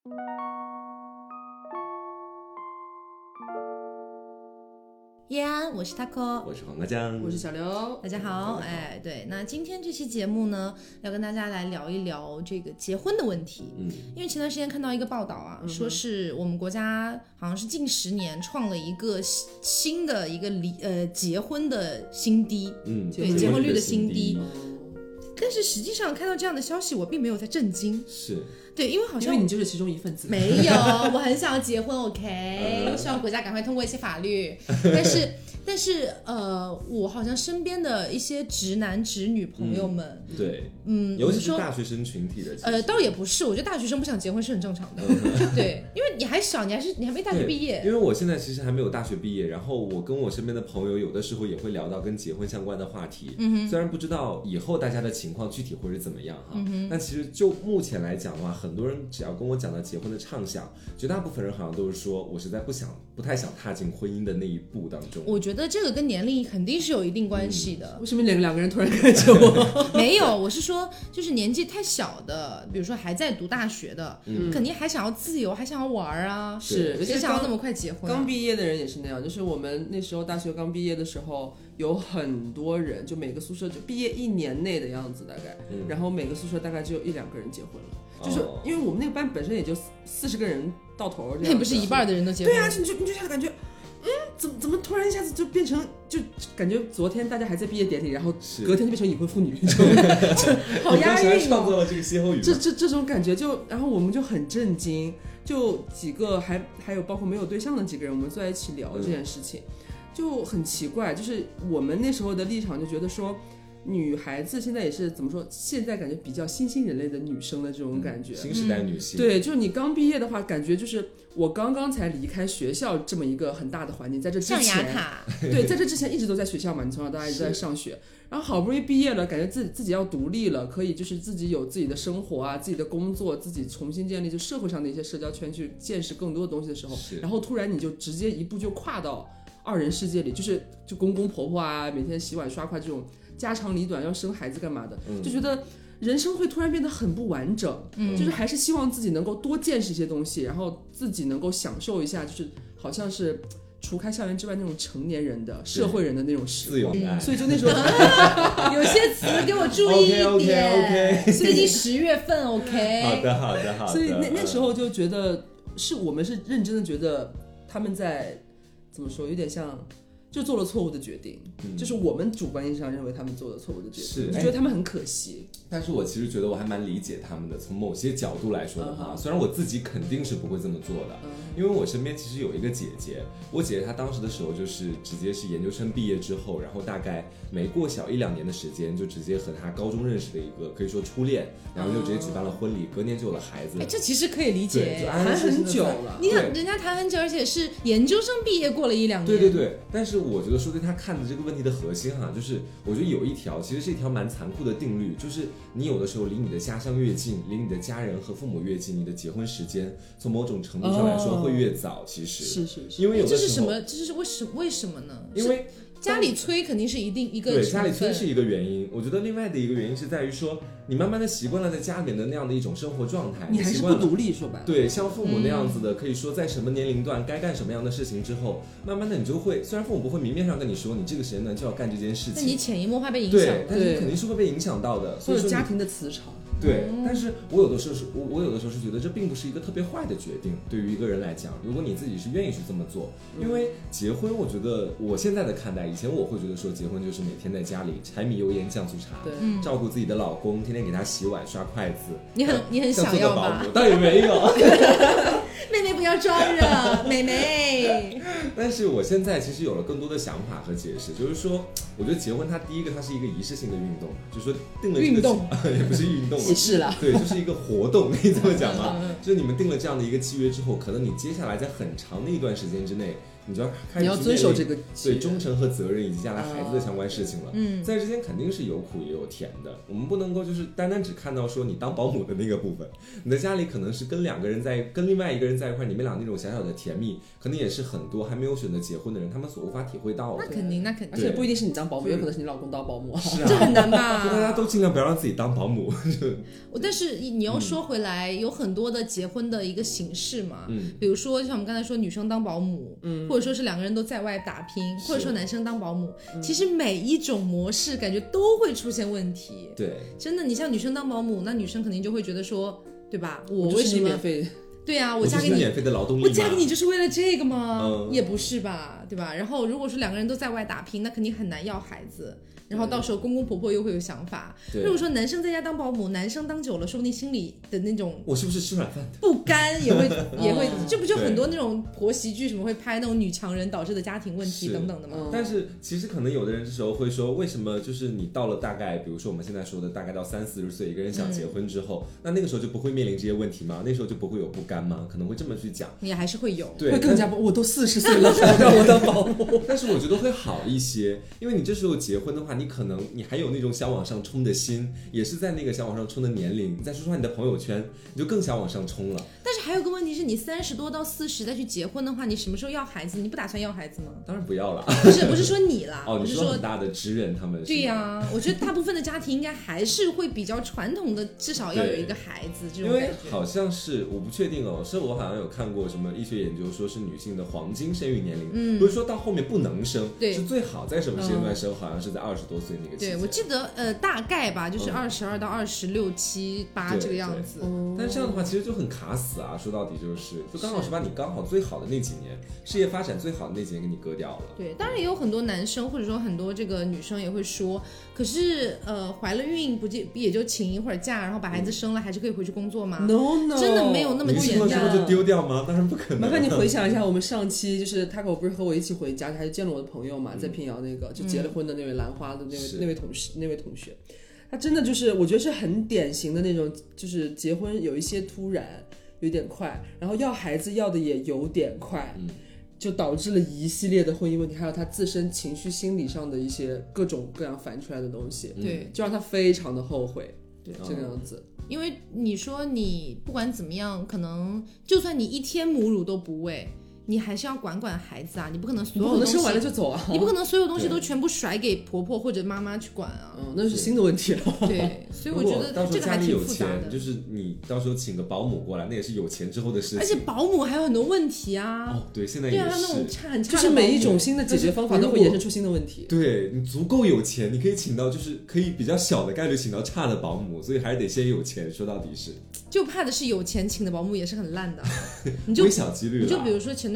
叶安，我是 Taco， 我是黄瓜酱， 我是小刘， 大家好。哎，对，那今天这期节目呢，要跟大家来聊一聊这个结婚的问题。因为前段时间看到一个报道啊，说是我们国家好像是近10年创了一个新的一个结婚的新低，对，结婚率的新低。但是实际上看到这样的消息，我并没有在震惊。 是。 对，因为好像因为你就是其中一份子。 没有，我很想结婚 ，OK， 希望国家赶快通过一些法律。但是我好像身边的一些直男直女朋友们， 对，尤其是大学生群体的， 倒也不是，我觉得大学生不想结婚是很正常的，对，因为你还小，你还没大学毕业。 因为我现在其实还没有大学毕业，然后我跟我身边的朋友有的时候也会聊到跟结婚相关的话题。虽然不知道以后大家的情况具体会是怎么样哈，但其实就目前来讲的话，很多人只要跟我讲到结婚的畅想，绝大部分人好像都是说我实在不太想踏进婚姻的那一步当中。 我觉得这个跟年龄肯定是有一定关系的。 为什么两个人突然看着我？ 没有，我是说就是年纪太小的，比如说还在读大学的，肯定还想要自由，还想要玩啊， 是， 谁想要那么快结婚？ 刚毕业的人也是那样，就是我们那时候大学刚毕业的时候，有很多人，就每个宿舍就毕业1年内的样子大概，然后每个宿舍大概只有1-2个人结婚了。就是因为我们那个班本身也就40个人到头， 那不是一半的人都结婚？ 对啊，你就下感觉，怎么突然一下子就变成，就感觉昨天大家还在毕业典礼，然后隔天就变成已婚妇女，就好压抑。 创造了这个歇后语， 这种感觉就，然后我们就很震惊，就几个还有包括没有对象的几个人，我们坐在一起聊这件事情，就很奇怪，就是我们那时候的立场就觉得说。女孩子现在也是怎么说？现在感觉比较新兴人类的女生的这种感觉， 新时代女性。 对，就是你刚毕业的话，感觉就是我刚刚才离开学校这么一个很大的环境，在这之前， 象牙塔。 对，在这之前一直都在学校嘛，你从小到大一直在上学，然后好不容易毕业了，感觉自己要独立了，可以就是自己有自己的生活啊，自己的工作，自己重新建立就社会上的一些社交圈，去见识更多的东西的时候，然后突然你就直接一步就跨到2人世界里，就公公婆婆啊，每天洗碗刷筷这种。家长里短，要生孩子干嘛的，就觉得人生会突然变得很不完整，就是还是希望自己能够多见识一些东西，然后自己能够享受一下，就是好像是除开校园之外那种成年人的社会人的那种时光，所以就那时候有些词给我注意一点。 OK， 最近10月份 OK。 好的。 所以那时候就觉得我们是认真的觉得他们在怎么说，有点像。就做了错误的决定，就是我们主观意义上认为他们做了错误的决定，就觉得他们很可惜。 但是我其实觉得我还蛮理解他们的，从某些角度来说的话，虽然我自己肯定是不会这么做的，因为我身边其实有一个姐姐，我姐姐她当时的时候就是直接是研究生毕业之后，然后大概没过小1-2年的时间，就直接和她高中认识的一个可以说初恋，然后就直接举办了婚礼，隔年就有了孩子。 这其实可以理解， 就谈很久了。 你看人家谈很久，而且是研究生毕业过了1-2年。 对，但是我觉得说对他看的这个问题的核心哈，就是我觉得有一条其实是一条蛮残酷的定律，就是你有的时候离你的家乡越近，离你的家人和父母越近，你的结婚时间从某种程度上来说会越早。其实是， 因为有的时候这是什么？这是为什么呢？ 因为家里催肯定是一个对，家里催是一个原因。我觉得另外的一个原因是在于说，你慢慢的习惯了在家里面的那样的一种生活状态， 你还是不独立，说白了。 对，像父母那样子的，可以说在什么年龄段该干什么样的事情之后，慢慢的你就会，虽然父母不会明面上跟你说，你这个时间段就要干这件事情， 但你潜移默化被影响， 对，但是你肯定是会被影响到的， 或者家庭的磁场。 对，但是我有的时候是觉得这并不是一个特别坏的决定，对于一个人来讲，如果你自己是愿意去这么做，因为结婚，我觉得我现在的看待，以前我会觉得说结婚就是每天在家里柴米油盐酱醋茶，照顾自己的老公，天天给他洗碗刷筷子， 你很想要吧？ 倒也没有。 妹妹不要装了，妹妹。 但是我现在其实有了更多的想法和解释，就是说，我觉得结婚它第一个它是一个仪式性的运动，就是说定了这个运动也不是运动， 仪式了， 对，就是一个活动，可以这么讲吗？就是你们定了这样的一个契约之后，可能你接下来在很长的一段时间之内， 你就要开始你要遵守这个对忠诚和责任以及将来孩子的相关事情了。在之间肯定是有苦也有甜的，我们不能够就是单单只看到说你当保姆的那个部分，你的家里可能是跟另外一个人在一块，你们俩那种小小的甜蜜，可能也是很多还没有选择结婚的人他们所无法体会到的。 那肯定， 而且不一定是你当保姆，有可能是你老公当保姆， 是啊， 这很难吧？ 大家都尽量不要让自己当保姆。 但是你又说回来，有很多的结婚的一个形式嘛，比如说像我们刚才说女生当保姆，或者说是两个人都在外打拼，或者说男生当保姆，其实每一种模式感觉都会出现问题。 对， 真的，你像女生当保姆，那女生肯定就会觉得说，对吧？ 我为什么免费？ 对啊，我嫁给你免费的劳动力， 我嫁给你就是为了这个吗？也不是吧，对吧？然后如果说两个人都在外打拼，那肯定很难要孩子。然后到时候公公婆婆又会有想法。如果说男生在家当保姆，男生当久了，说不定心里的那种我是不是吃软饭的不甘也会这不就很多那种婆媳剧什么会拍那种女强人导致的家庭问题等等的吗？ 但是其实可能有的人这时候会说，为什么就是你到了大概比如说我们现在说的大概到30-40岁，一个人想结婚之后，那个时候就不会面临这些问题吗？那时候就不会有不甘吗？可能会这么去讲， 也还是会有， 对， 会更加我都40岁了还让我当保姆。 但是我觉得会好一些，因为你这时候结婚的话，你还有那种想往上冲的心，也是在那个想往上冲的年龄，你再说说你的朋友圈，你就更想往上冲了。 但是还有个问题是，你30多到40再去结婚的话，你什么时候要孩子？你不打算要孩子吗？ 当然不要了。 不是说你啦， 哦， 你说很大的职人他们。 对呀，我觉得大部分的家庭应该还是会比较传统的，至少要有一个孩子这种感觉。 因为好像是我不确定哦，是我好像有看过什么医学研究，说是女性的黄金生育年龄，不是说到后面不能生，是最好在什么时间段生，好像是在20多岁那个期间。 对，我记得大概吧，就是22到26、7、8这个样子。 但是这样的话其实就很卡死啊，说到底就刚好是把你刚好最好的那几年，事业发展最好的那几年给你割掉了。 对，当然也有很多男生或者说很多这个女生也会说，可是怀了孕不也就请一会儿假，然后把孩子生了，还是可以回去工作吗 ？No， 真的没有那么简单。 你生了之后就丢掉吗？当然不可能。 麻烦你回想一下，我们上期就是他不是和我一起回家，他就见了我的朋友嘛，在平遥那个就结了婚的那位兰花的那位同学。他真的就是我觉得是很典型的那种，就是结婚有一些突然，有点快，然后要孩子要的也有点快，就导致了一系列的婚姻问题，还有他自身情绪心理上的一些各种各样烦出来的东西， 对， 就让他非常的后悔， 对， 这个样子。 因为你说你不管怎么样，可能就算你一天母乳都不喂，你还是要管孩子啊，你不可能所有东西生完了就走啊， 你不可能所有东西都全部甩给婆婆或者妈妈去管啊， 那是新的问题了。 对，所以我觉得这个还挺复杂的。 就是你到时候请个保姆过来，那也是有钱之后的事情。 而且保姆还有很多问题啊。 哦，对，现在也是。 对啊，那种很差的就是每一种新的解决方法都会衍生出新的问题。 对，你足够有钱，你可以请到就是可以比较小的概率请到差的保姆，所以还是得先有钱。说到底是。 就怕的是有钱请的保姆也是很烂的， 微小几率。 你就比如说前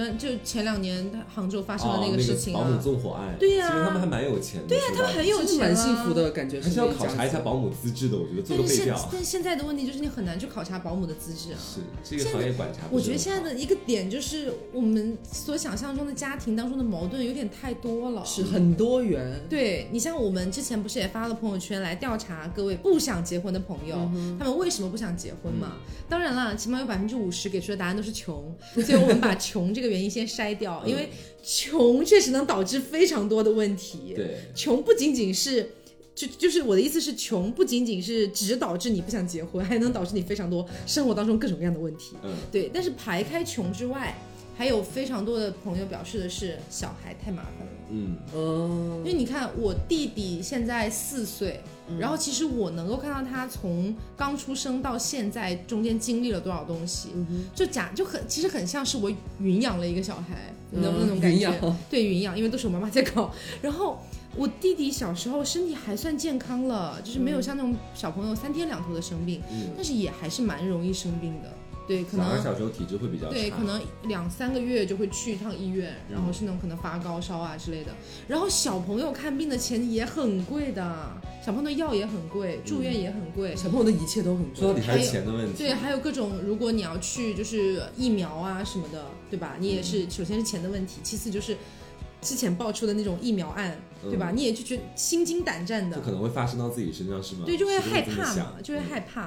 2年杭州发生的那个事情保姆纵火案。 对呀， 其实他们还蛮有钱的。 对呀，他们很有钱， 蛮幸福的感觉。 还是要考察一下保姆资质的，我觉得做个背调。 但现在的问题就是你很难去考察保姆的资质啊。 是这个行业管察。 我觉得现在的一个点就是我们所想象中的家庭当中的矛盾有点太多了， 是很多元。 对，你像我们之前不是也发了朋友圈来调查各位不想结婚的朋友，他们为什么不想结婚嘛？当然了，起码有50%给出的答案都是穷，所以我们把穷这个原因先筛掉，因为穷确实能导致非常多的问题。 对， 穷不仅仅是就是我的意思是，穷不仅仅是只导致你不想结婚，还能导致你非常多生活当中各种各样的问题。对。但是排开穷之外，还有非常多的朋友表示的是小孩太麻烦了。因为你看我弟弟现在4岁，然后其实我能够看到他从刚出生到现在中间经历了多少东西，其实很像是我云养了一个小孩，你知道那种感觉？对，云养，因为都是我妈妈在搞。然后我弟弟小时候身体还算健康了，就是没有像那种小朋友3天2头的生病，但是也还是蛮容易生病的。对，可能小时候体质会比较差， 对，可能2-3个月就会去一趟医院，然后是那种可能发高烧啊之类的。然后小朋友看病的钱也很贵的，小朋友的药也很贵，住院也很贵， 小朋友的一切都很贵。 说到底还是钱的问题。 对，还有各种，如果你要去就是疫苗啊什么的，对吧？你也是，首先是钱的问题，其次就是之前爆出的那种疫苗案，对吧？你也就觉得心惊胆战的， 就可能会发生到自己身上，是吗？ 对，就会害怕嘛，就会害怕。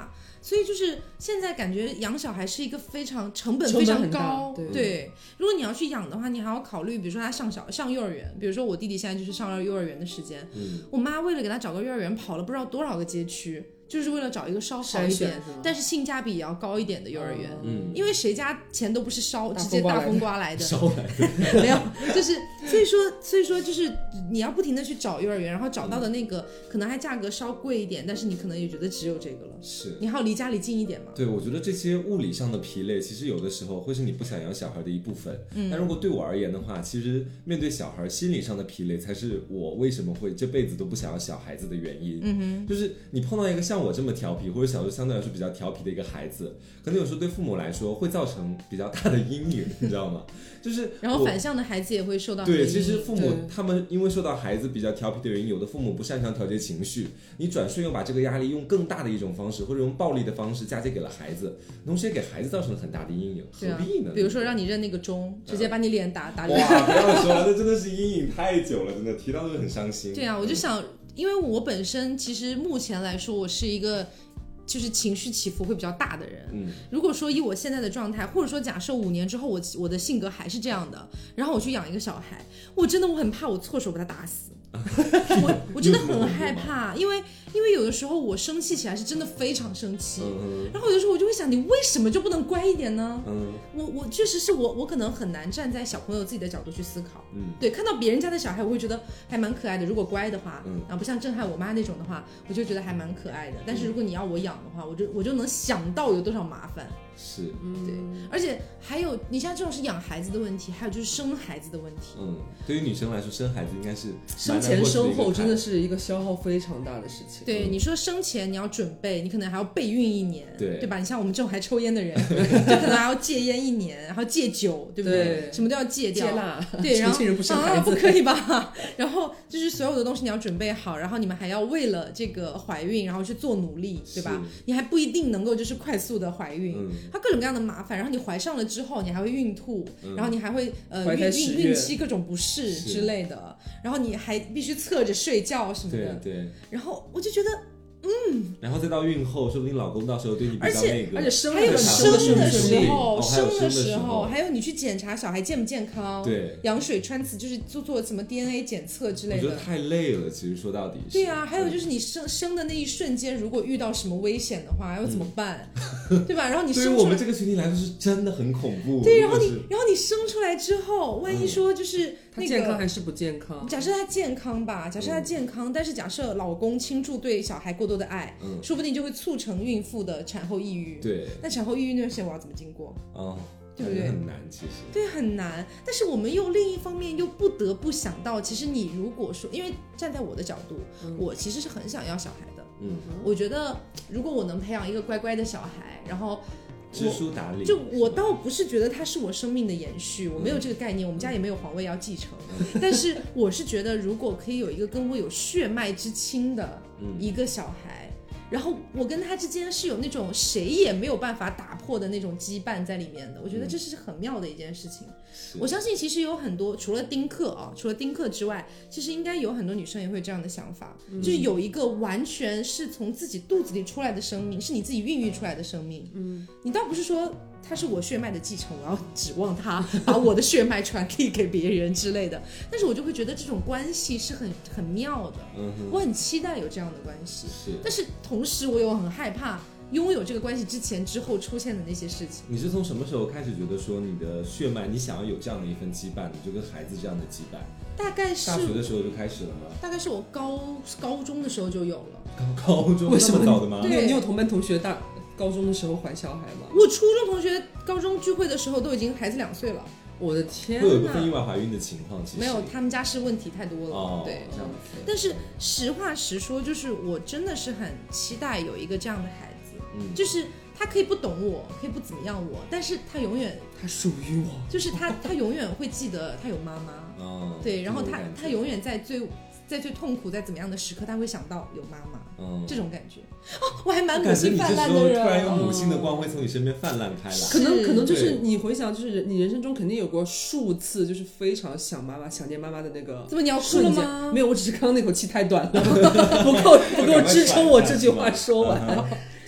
所以就是现在感觉养小孩是一个非常成本非常高，对。如果你要去养的话，你还要考虑，比如说他上幼儿园，比如说我弟弟现在就是上幼儿园的时间，我妈为了给他找个幼儿园跑了不知道多少个街区。就是为了找一个稍好一点，但是性价比也要高一点的幼儿园，因为谁家钱都不是直接大风刮来的， 烧来的没有，就是所以说就是你要不停的去找幼儿园，然后找到的那个可能还价格稍贵一点，但是你可能也觉得只有这个了， 是你还要离家里近一点嘛。 对，我觉得这些物理上的疲累，其实有的时候会是你不想养小孩的一部分，但如果对我而言的话，其实面对小孩心理上的疲累，才是我为什么会这辈子都不想要小孩子的原因。就是你碰到一个像我这么调皮，或者小时候相对来说比较调皮的一个孩子，可能有时候对父母来说会造成比较大的阴影，你知道吗？就是然后反向的孩子也会受到对， 其实父母他们因为受到孩子比较调皮的原因，有的父母不擅长调节情绪，你转瞬又把这个压力用更大的一种方式，或者用暴力的方式嫁接给了孩子，同时也给孩子造成了很大的阴影，何必呢？ 比如说让你认那个钟，直接把你脸打哇，不要说了，那真的是阴影太久了，真的提到都很伤心。 对啊，我就想，因为我本身其实目前来说，我是一个就是情绪起伏会比较大的人。如果说以我现在的状态，或者说假设5年之后我的性格还是这样的，然后我去养一个小孩，我很怕我错手把他打死。我真的很害怕，因为有的时候我生气起来是真的非常生气，然后有的时候我就会想，你为什么就不能乖一点呢？我确实是我可能很难站在小朋友自己的角度去思考。对，看到别人家的小孩，我会觉得还蛮可爱的，如果乖的话，不像震撼我妈那种的话，我就觉得还蛮可爱的。但是如果你要我养的话，我就能想到有多少麻烦。 是， 对，而且还有，你像这种是养孩子的问题，还有就是生孩子的问题。 对于女生来说，生孩子应该是生前生后真的是一个消耗非常大的事情。 对，你说生前你要准备，你可能还要备孕1年，对吧？你像我们这种还抽烟的人，就可能还要戒烟1年，然后戒酒，对不对？什么都要戒掉， 戒辣， 对，然后年轻人不生孩子， 不可以吧？然后就是所有的东西你要准备好，然后你们还要为了这个怀孕，然后去做努力，对吧？你还不一定能够就是快速的怀孕，它各种各样的麻烦。然后你怀上了之后，你还会孕吐，然后你还会孕期各种不适之类的，然后你还必须侧着睡觉什么的， 对。 然后我就觉得。 然后再到孕后，说不定老公到时候对你比较那个， 而且还有生的时候， 还有你去检查小孩健不健康， 对， 羊水穿刺就是做什么 DNA 检测之类的， 我觉得太累了。其实说到底是， 对啊，还有就是你生的那一瞬间，如果遇到什么危险的话，要怎么办，对吧？然后你生出来， 对于我们这个群体来说是真的很恐怖。 对，然后你生出来之后，万一说就是他健康还是不健康？ 假设他健康吧，但是假设老公倾注对小孩过多的爱，说不定就会促成孕妇的产后抑郁。 对， 那产后抑郁那段时间我要怎么经过？对不对？ 很难，其实对，很难。但是我们又另一方面又不得不想到，其实你如果说，因为站在我的角度，我其实是很想要小孩的。我觉得如果我能培养一个乖乖的小孩，然后知书达理， 就我倒不是觉得他是我生命的延续，我没有这个概念，我们家也没有皇位要继承。但是我是觉得，如果可以有一个跟我有血脉之亲的一个小孩。然后我跟他之间是有那种谁也没有办法打破的那种羁绊在里面的，我觉得这是很妙的一件事情。我相信其实有很多除了丁克之外，其实应该有很多女生也会这样的想法，就是有一个完全是从自己肚子里出来的生命，是你自己孕育出来的生命。你倒不是说他是我血脉的继承，我要指望他把我的血脉传递给别人之类的，但是我就会觉得这种关系是很妙的。我很期待有这样的关系，但是同时我又很害怕拥有这个关系之后出现的那些事情。 你是从什么时候开始觉得说你的血脉你想要有这样的一份羁绊，你就跟孩子这样的羁绊？ 大概是大学的时候就开始了吗？ 大概是我高中的时候就有了。 高中这么早的吗？ 对， 你有同班同学高中的时候怀小孩吗？ 我初中同学高中聚会的时候都已经孩子2岁了。 我的天哪， 会有一部分意外怀孕的情况，其实没有，他们家是问题太多了。对， 这样子。 但是实话实说，就是我真的是很期待有一个这样的孩子，就是他可以不懂我，可以不怎么样我，但是他永远他属于我， 就是他永远会记得他有妈妈。对，然后他永远在最痛苦在怎么样的时刻，他会想到有妈妈。这种感觉我还蛮母性泛滥的人。 突然有母性的光辉从你身边泛滥开来。 可能就是你回想，就是你人生中肯定有过数次，就是非常想妈妈、想念妈妈的那个。 怎么你要哭了吗？ 没有，我只是刚刚那口气太短了，不够支撑我这句话说完。就是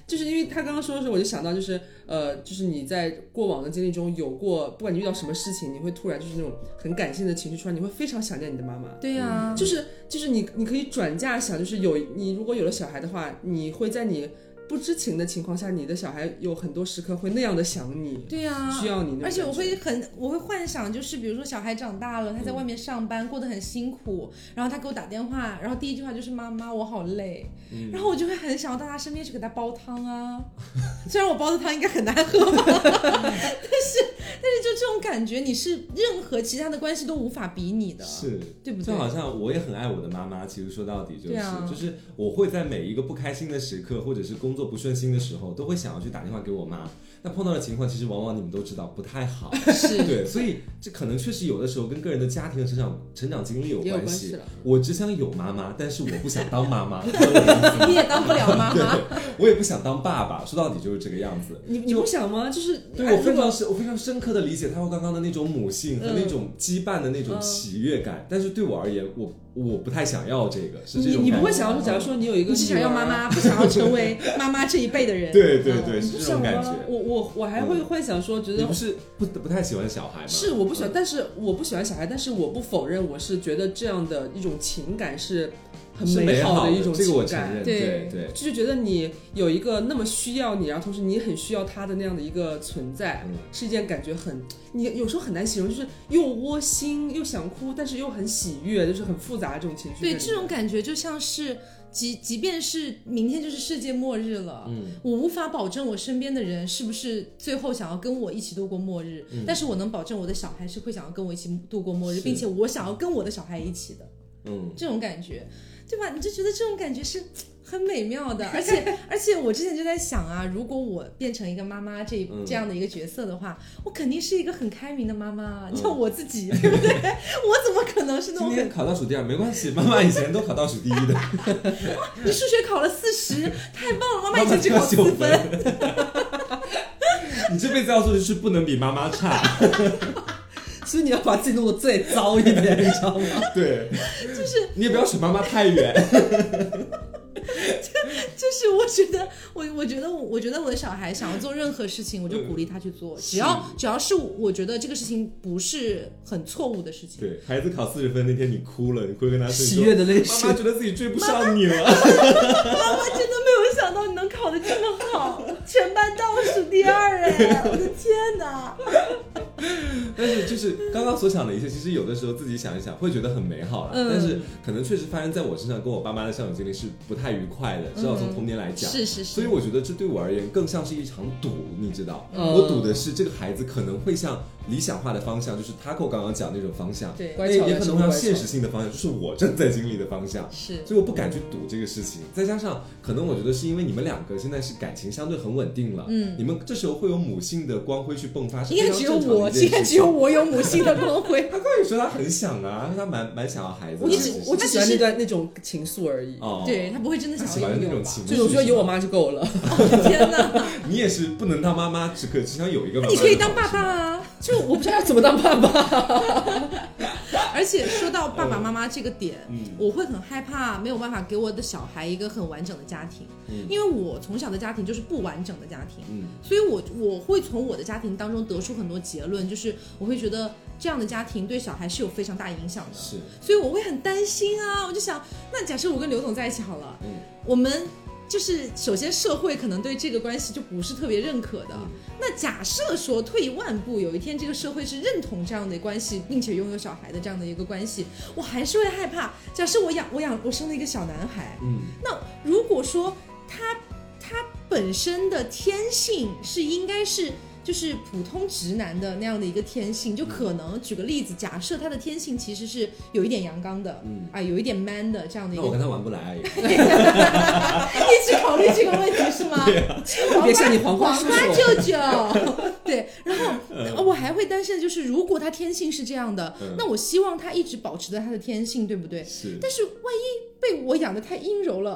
就是因为他刚刚说的时候，我就想到就是你在过往的经历中有过，不管你遇到什么事情，你会突然就是那种很感性的情绪出来，你会非常想念你的妈妈。 对呀， 就是你可以转嫁想，就是你如果有了小孩的话，你会在你不知情的情况下，你的小孩有很多时刻会那样的想你， 对呀， 需要你那种。 而且我会幻想，就是比如说小孩长大了，他在外面上班过得很辛苦，然后他给我打电话，然后第一句话就是妈妈我好累，然后我就会很想要到他身边去给他煲汤啊，虽然我煲的汤应该很难喝吧，但是就这种感觉，你是任何其他的关系都无法比拟的， 是， 对不对？ 就好像我也很爱我的妈妈，其实说到底就是我会在每一个不开心的时刻，或者是工作不顺心的时候，都会想要去打电话给我妈。那碰到的情况，其实往往你们都知道不太好， 是对，所以这可能确实有的时候跟个人的家庭和成长经历有关系。我只想有妈妈，但是我不想当妈妈， 你也当不了妈妈， 我也不想当爸爸，说到底就是这个样子。 你不想吗？就是对我非常深刻的理解他刚刚的那种母性和那种羁绊的那种喜悦感，但是对我而言，我不太想要这个，是这种感觉。 你不会想要说，假如说你有一个， 你只想要妈妈，不想要成为妈妈这一辈的人。 对，是这种感觉。 我还会幻想说，觉得你不是不太喜欢小孩吗？ 是我不喜欢，但是我不喜欢小孩，但是我不否认，我是觉得这样的一种情感是很美好的一种情感， 这个我承认，对， 就是觉得你有一个那么需要你，然后同时你很需要他的那样的一个存在，是一件感觉你有时候很难形容，就是又窝心又想哭，但是又很喜悦，就是很复杂的这种情绪。 对，这种感觉就像是即便是明天就是世界末日了，我无法保证我身边的人是不是最后想要跟我一起度过末日，但是我能保证我的小孩是会想要跟我一起度过末日，并且我想要跟我的小孩一起的，这种感觉，对吧？你就觉得这种感觉是很美妙的，而且我之前就在想啊，如果我变成一个妈妈这样的一个角色的话，我肯定是一个很开明的妈妈，像我自己，对不对？我怎么可能是那种今天考倒数第2没关系，妈妈以前都考倒数第1的。 你数学考了40，太棒了，妈妈以前只考4分。 你这辈子要做的就是不能比妈妈差。 所以你要把自己弄得最糟一点，你知道吗？ 对，就是你也不要选妈妈太远。 就是我觉得我的小孩想要做任何事情，我就鼓励他去做，只要是我觉得这个事情不是很错误的事情。 对，孩子考40分那天你哭了，你会跟他说喜悦的泪水，妈妈觉得自己追不上你了。 妈妈真的没有想到你能考得这么好，全班倒数第2哎，我的天哪！ 但是就是刚刚所想的一切，其实有的时候自己想一想会觉得很美好啦，但是可能确实发生在我身上，跟我爸妈的相处经历是不太愉快的，至少从童年来讲， 是。 所以我觉得这对我而言更像是一场赌，你知道，我赌的是这个孩子可能会向理想化的方向，就是Taco刚刚讲那种方向， 对， 也可能会向现实性的方向，就是我正在经历的方向， 是， 所以我不敢去赌这个事情。再加上可能我觉得是因为你们两个现在是感情相对很稳定了，你们这时候会有母性的光辉去迸发，是非常正常的一件事情。 应该只有我有母性的光辉。 他刚才说他很想啊，他蛮想要孩子的。 我只喜欢那种情愫而已。 对，他不会真的想要那种情愫， 就是我觉得有我妈就够了。 天哪！ 你也是不能当妈妈，只想有一个妈妈。 你可以当爸爸啊， 就我不知道怎么当爸爸。 而且说到爸爸妈妈这个点，我会很害怕没有办法给我的小孩一个很完整的家庭，因为我从小的家庭就是不完整的家庭，所以我会从我的家庭当中得出很多结论，就是我会觉得这样的家庭对小孩是有非常大影响的， 是， 所以我会很担心啊，我就想，那假设我跟刘总在一起好了，我们就是首先社会可能对这个关系就不是特别认可的，那假设说退一万步，有一天这个社会是认同这样的关系，并且拥有小孩的这样的一个关系，我还是会害怕。假设我生了一个小男孩，那如果说他本身的天性是应该是就是普通直男的那样的一个天性，就可能举个例子，假设他的天性其实是有一点阳刚的，有一点 man 的这样的一个， 那我跟他玩不来， 一起考虑这个问题是吗？ 对啊， 别像你黄瓜舅舅，对，然后我还会担心的就是，如果他天性是这样的，那我希望他一直保持着他的天性，对不对？ 是， 但是万一被我养得太阴柔了，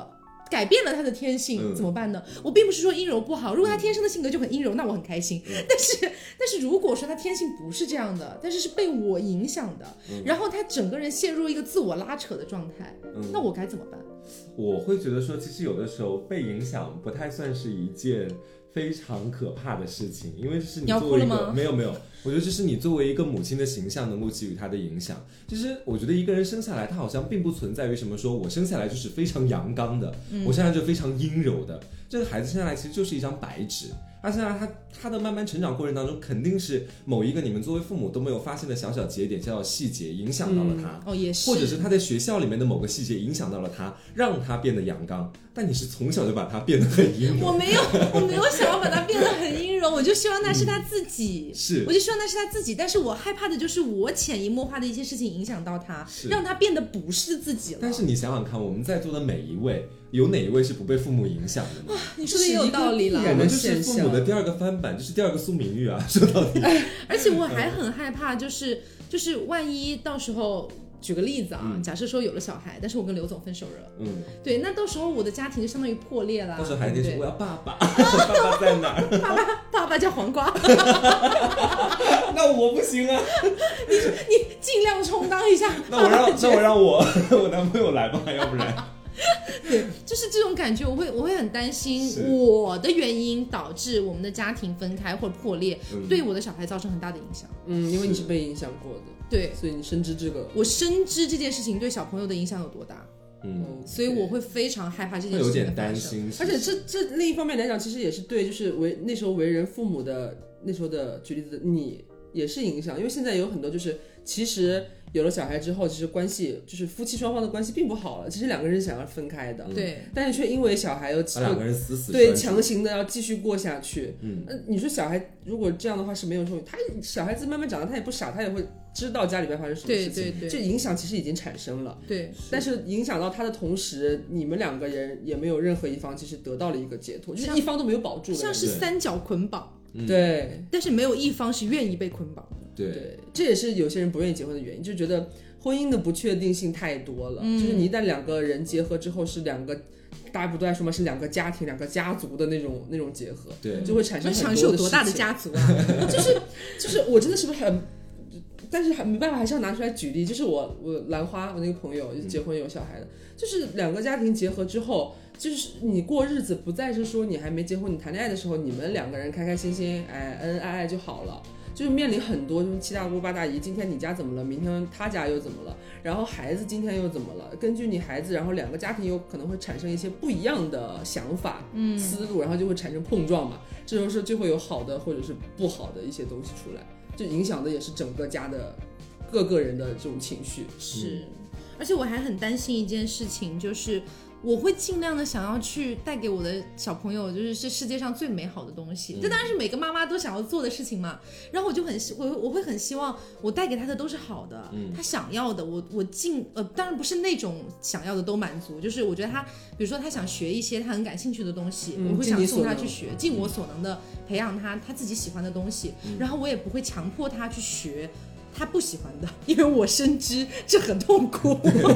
改变了他的天性，怎么办呢？我并不是说阴柔不好，如果他天生的性格就很阴柔，那我很开心。但是如果说他天性不是这样的，但是是被我影响的，然后他整个人陷入一个自我拉扯的状态，那我该怎么办？ 我会觉得说，其实有的时候被影响不太算是一件非常可怕的事情，因为这是你作为一个没有，我觉得这是你作为一个母亲的形象能够给予他的影响。就是我觉得一个人生下来，他好像并不存在于什么说我生下来就是非常阳刚的，我生下来就非常阴柔的。这个孩子生下来其实就是一张白纸，他生下来他的慢慢成长过程当中，肯定是某一个你们作为父母都没有发现的小小节点、小小细节影响到了他， 也是， 或者是他在学校里面的某个细节影响到了他，让他变得阳刚。但你是从小就把他变得很阴柔。我没有想要把他变得很阴柔，我就希望他是他自己，我就希望他是他自己。但是我害怕的就是我潜移默化的一些事情影响到他，让他变得不是自己了。 但是你想想看，我们在座的每一位，有哪一位是不被父母影响的呢？ 你说的也有道理了， 我们就是父母的第二个翻版，就是第二个苏明玉啊，说到底。 而且我还很害怕，就是万一到时候。举个例子啊，假设说有了小孩，但是我跟刘总分手了，对，那到时候我的家庭就相当于破裂了。 到时候孩子说我要爸爸，爸爸在哪儿？ 爸爸叫黄瓜。 那我不行啊， 你尽量充当一下。 那我让我男朋友来吧，要不然。 对，就是这种感觉，我会很担心我的原因导致我们的家庭分开或者破裂，对我的小孩造成很大的影响。 因为你是被影响过的， 对， 所以你深知这个。 我深知这件事情对小朋友的影响有多大，所以我会非常害怕这件事情的发生， 会有点担心。 而且这另一方面来讲，其实也是对，就是那时候为人父母的那时候的举例子，你也是影响，因为现在有很多就是其实。有了小孩之后，其实关系就是夫妻双方的关系并不好了，其实两个人想要分开的， 对， 但是却因为小孩又把两个人死对强行的要继续过下去。你说小孩如果这样的话是没有说，小孩子慢慢长大，他也不傻，他也会知道家里边发生什么事情， 对， 这影响其实已经产生了， 对， 但是影响到他的同时，你们两个人也没有任何一方其实得到了一个解脱，就是一方都没有保住的， 像是三角捆绑， 对， 但是没有一方是愿意被捆绑的， 对， 这也是有些人不愿意结婚的原因，就觉得。婚姻的不确定性太多了，就是你一旦两个人结合之后是两个，大家不都在说吗？是两个家庭、两个家族的那种结合， 对， 就会产生很多的事情。 是有多大的家族啊？ 就是我真的是不是很，但是没办法，还是要拿出来举例。就是我兰花，我那个朋友结婚有小孩的，就是两个家庭结合之后，就是你过日子不再是说你还没结婚，你谈恋爱的时候，你们两个人开开心心，恩恩爱爱就好了。就是面临很多，就是七大姑八大姨，今天你家怎么了，明天他家又怎么了，然后孩子今天又怎么了？根据你孩子，然后两个家庭有可能会产生一些不一样的想法、思路，然后就会产生碰撞嘛。这时候就会有好的或者是不好的一些东西出来，就影响的也是整个家的各个人的这种情绪。 是，而且我还很担心一件事情，就是我会尽量的想要去带给我的小朋友，就是世界上最美好的东西，这当然是每个妈妈都想要做的事情嘛。然后我会很希望我带给他的都是好的，他想要的，我当然不是那种想要的都满足，就是我觉得他，比如说他想学一些他很感兴趣的东西，我会想送他去学，尽我所能的培养他自己喜欢的东西，然后我也不会强迫他去学他不喜欢的，因为我深知这很痛苦。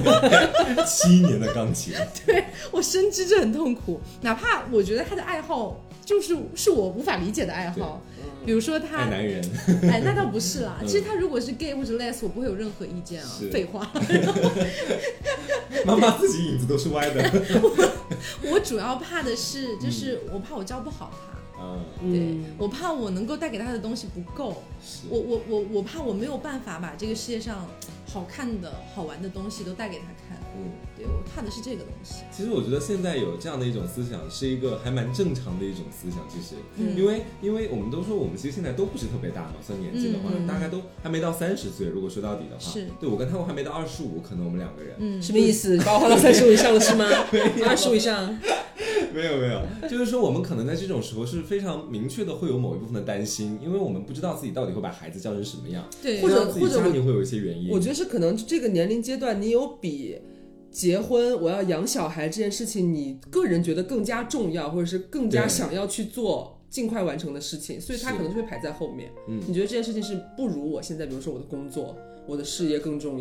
7年的钢琴， 对，我深知这很痛苦，哪怕我觉得他的爱好是我无法理解的爱好，比如说他爱男人， 哎，那倒不是啦。其实他如果是 gay 或者 les， 我不会有任何意见啊，废话。 妈妈自己影子都是歪的。 我主要怕的是，就是我怕我教不好他。对，我怕我能够带给他的东西不够，我怕我没有办法把这个世界上好看的好玩的东西都带给他看。对，我怕的是这个东西。 其实我觉得现在有这样的一种思想，是一个还蛮正常的一种思想。其实，因为我们都说我们其实现在都不是特别大嘛，算年纪的话，大概都还没到30岁。如果说到底的话，对我跟他还没到25，可能我们两个人， 什么意思？把我换到35以上了是吗？25以上。 没有，就是说我们可能在这种时候是非常明确的会有某一部分的担心，因为我们不知道自己到底会把孩子教成什么样， 对， 或者家庭会有一些原因。 我觉得是可能这个年龄阶段，你有比结婚我要养小孩这件事情，你个人觉得更加重要，或者是更加想要去做尽快完成的事情，所以他可能就会排在后面。你觉得这件事情是不如我现在比如说我的工作我的事业更重要，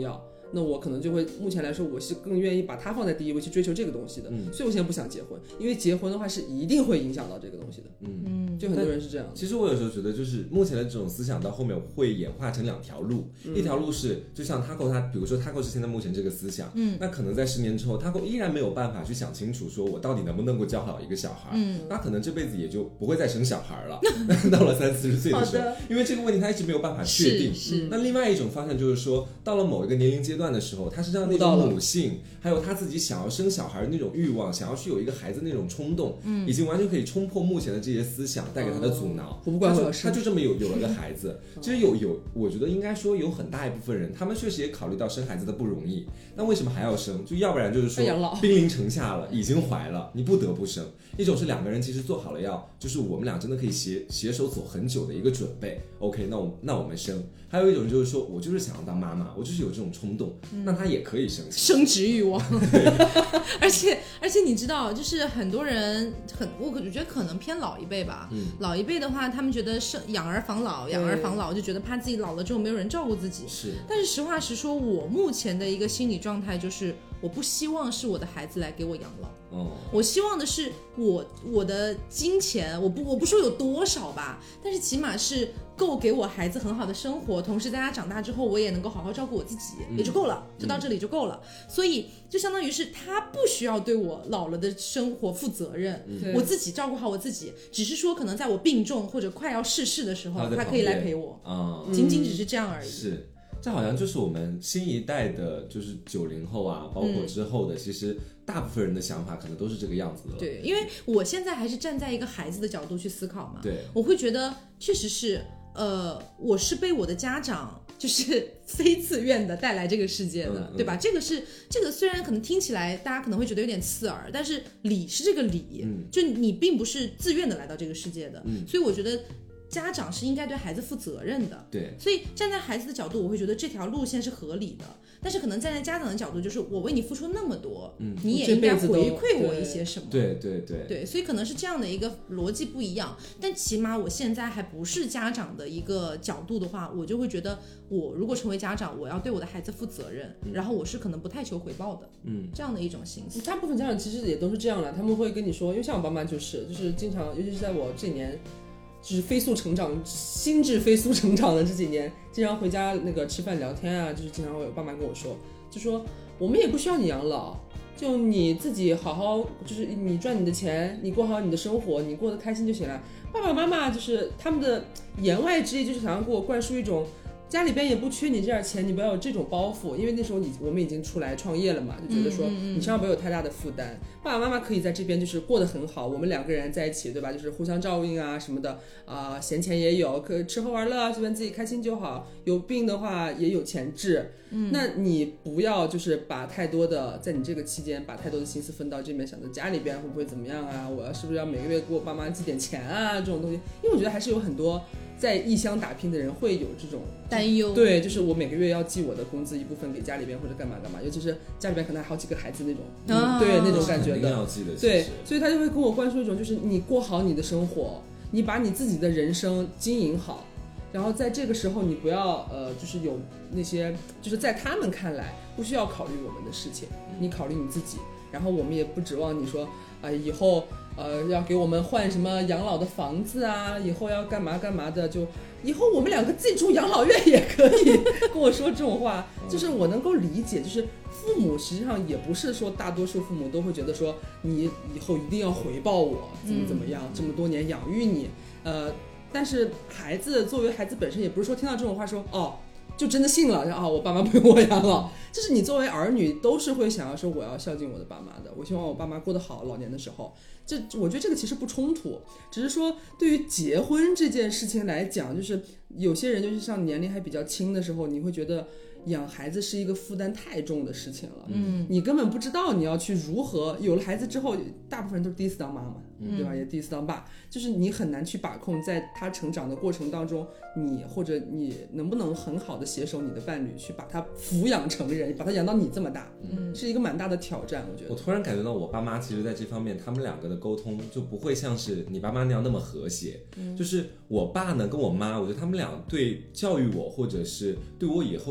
那我可能就会目前来说，我是更愿意把它放在第一位去追求这个东西的。所以我现在不想结婚，因为结婚的话是一定会影响到这个东西的。就很多人是这样。 其实我有时候觉得，就是目前的这种思想到后面会演化成2条路，一条路是就像 Taco 他，比如说 Taco 是现在目前这个思想，那可能在10年之后 ，Taco 依然没有办法去想清楚，说我到底能不能够教好一个小孩，他可能这辈子也就不会再生小孩了。到了30-40岁的时候，因为这个问题他一直没有办法确定。那另外一种方向就是说，到了某一个年龄阶段的时候，他身上那种母性，还有他自己想要生小孩的那种欲望，想要去有一个孩子那种冲动，已经完全可以冲破目前的这些思想带给他的阻挠。 我不管我要生， 他就这么有了个孩子。其实我觉得应该说有很大一部分人，他们确实也考虑到生孩子的不容易，那为什么还要生？就要不然就是说濒临城下了，已经怀了，你不得不生。一种是2个人其实做好了就是我们俩真的可以携手走很久的一个准备。OK， 那我们生。还有一种就是说我就是想要当妈妈，我就是有这种冲动，那他也可以生殖欲望。而且你知道，就是很多人我觉得可能偏老一辈吧。老一辈的话，他们觉得养儿防老，就觉得怕自己老了之后没有人照顾自己。 是。 但是实话实说，我目前的一个心理状态就是，我不希望是我的孩子来给我养老。我希望的是我的金钱，我不说有多少吧，但是起码是够给我孩子很好的生活，同时在他长大之后，我也能够好好照顾我自己，也就够了，就到这里就够了。所以就相当于是他不需要对我老了的生活负责任，我自己照顾好我自己，只是说可能在我病重或者快要逝世的时候，他可以来陪我，仅仅只是这样而已。 是。这好像就是我们新一代的，就是90后啊，包括之后的，其实大部分人的想法可能都是这个样子的了。 对，因为我现在还是站在一个孩子的角度去思考嘛。 对， 我会觉得确实是，我是被我的家长就是非自愿的带来这个世界的，对吧？这个虽然可能听起来大家可能会觉得有点刺耳，但是理是这个理，就你并不是自愿的来到这个世界的，所以我觉得。家长是应该对孩子负责任的， 对， 所以站在孩子的角度，我会觉得这条路线是合理的。但是可能站在家长的角度，就是我为你付出那么多，你也应该回馈我一些什么。 对， 所以可能是这样的一个逻辑不一样。但起码我现在还不是家长的一个角度的话，我就会觉得，我如果成为家长，我要对我的孩子负责任，然后我是可能不太求回报的，这样的一种心思。 大部分家长其实也都是这样的，他们会跟你说，因为像我爸妈就是经常，尤其是在我这年。就是飞速成长，心智飞速成长的这几年，经常回家那个吃饭聊天啊，就是经常会有爸妈跟我说，就说我们也不需要你养老，就你自己好好，就是你赚你的钱，你过好你的生活，你过得开心就行了。爸爸妈妈就是他们的言外之意，就是想要给我灌输一种。家里边也不缺你这点钱，你不要有这种包袱，因为那时候我们已经出来创业了嘛，就觉得说你身上不要有太大的负担，爸爸妈妈可以在这边就是过得很好，我们2个人在一起，对吧？就是互相照应啊什么的啊，闲钱也有，可吃喝玩乐，这边自己开心就好。有病的话也有钱治，那你不要就是把太多的在你这个期间把太多的心思分到这边，想着家里边会不会怎么样啊？我是不是要每个月给我爸妈寄点钱啊？这种东西，因为我觉得还是有很多。在异乡打拼的人会有这种担忧， 对，就是我每个月要寄我的工资一部分给家里边或者干嘛，尤其是家里边可能还好几个孩子那种，对那种感觉的，对，所以他就会跟我灌输一种，就是你过好你的生活，你把你自己的人生经营好，然后在这个时候你不要就是有那些就是在他们看来不需要考虑我们的事情，你考虑你自己，然后我们也不指望你说以后。要给我们换什么养老的房子啊，以后要干嘛干嘛的，就以后我们2个自己住养老院也可以跟我说这种话，就是我能够理解，就是父母实际上也不是说大多数父母都会觉得说你以后一定要回报我怎么样，这么多年养育你，但是孩子作为孩子本身也不是说听到这种话说就真的信了我爸妈不用我养老，就是你作为儿女都是会想要说我要孝敬我的爸妈的，我希望我爸妈过得好，老年的时候，我觉得这个其实不冲突，只是说对于结婚这件事情来讲，就是有些人就是像年龄还比较轻的时候，你会觉得养孩子是一个负担太重的事情了，你根本不知道你要去如何，有了孩子之后大部分人都是第一次当妈妈，对吧？也第一次当爸，就是你很难去把控在他成长的过程当中，你或者你能不能很好的携手你的伴侣去把他抚养成人，把他养到你这么大，是一个蛮大的挑战。我觉得我突然感觉到我爸妈其实在这方面他们2个的沟通就不会像是你爸妈那样那么和谐，就是我爸呢跟我妈，我觉得他们俩对教育我或者是对我以后的教育发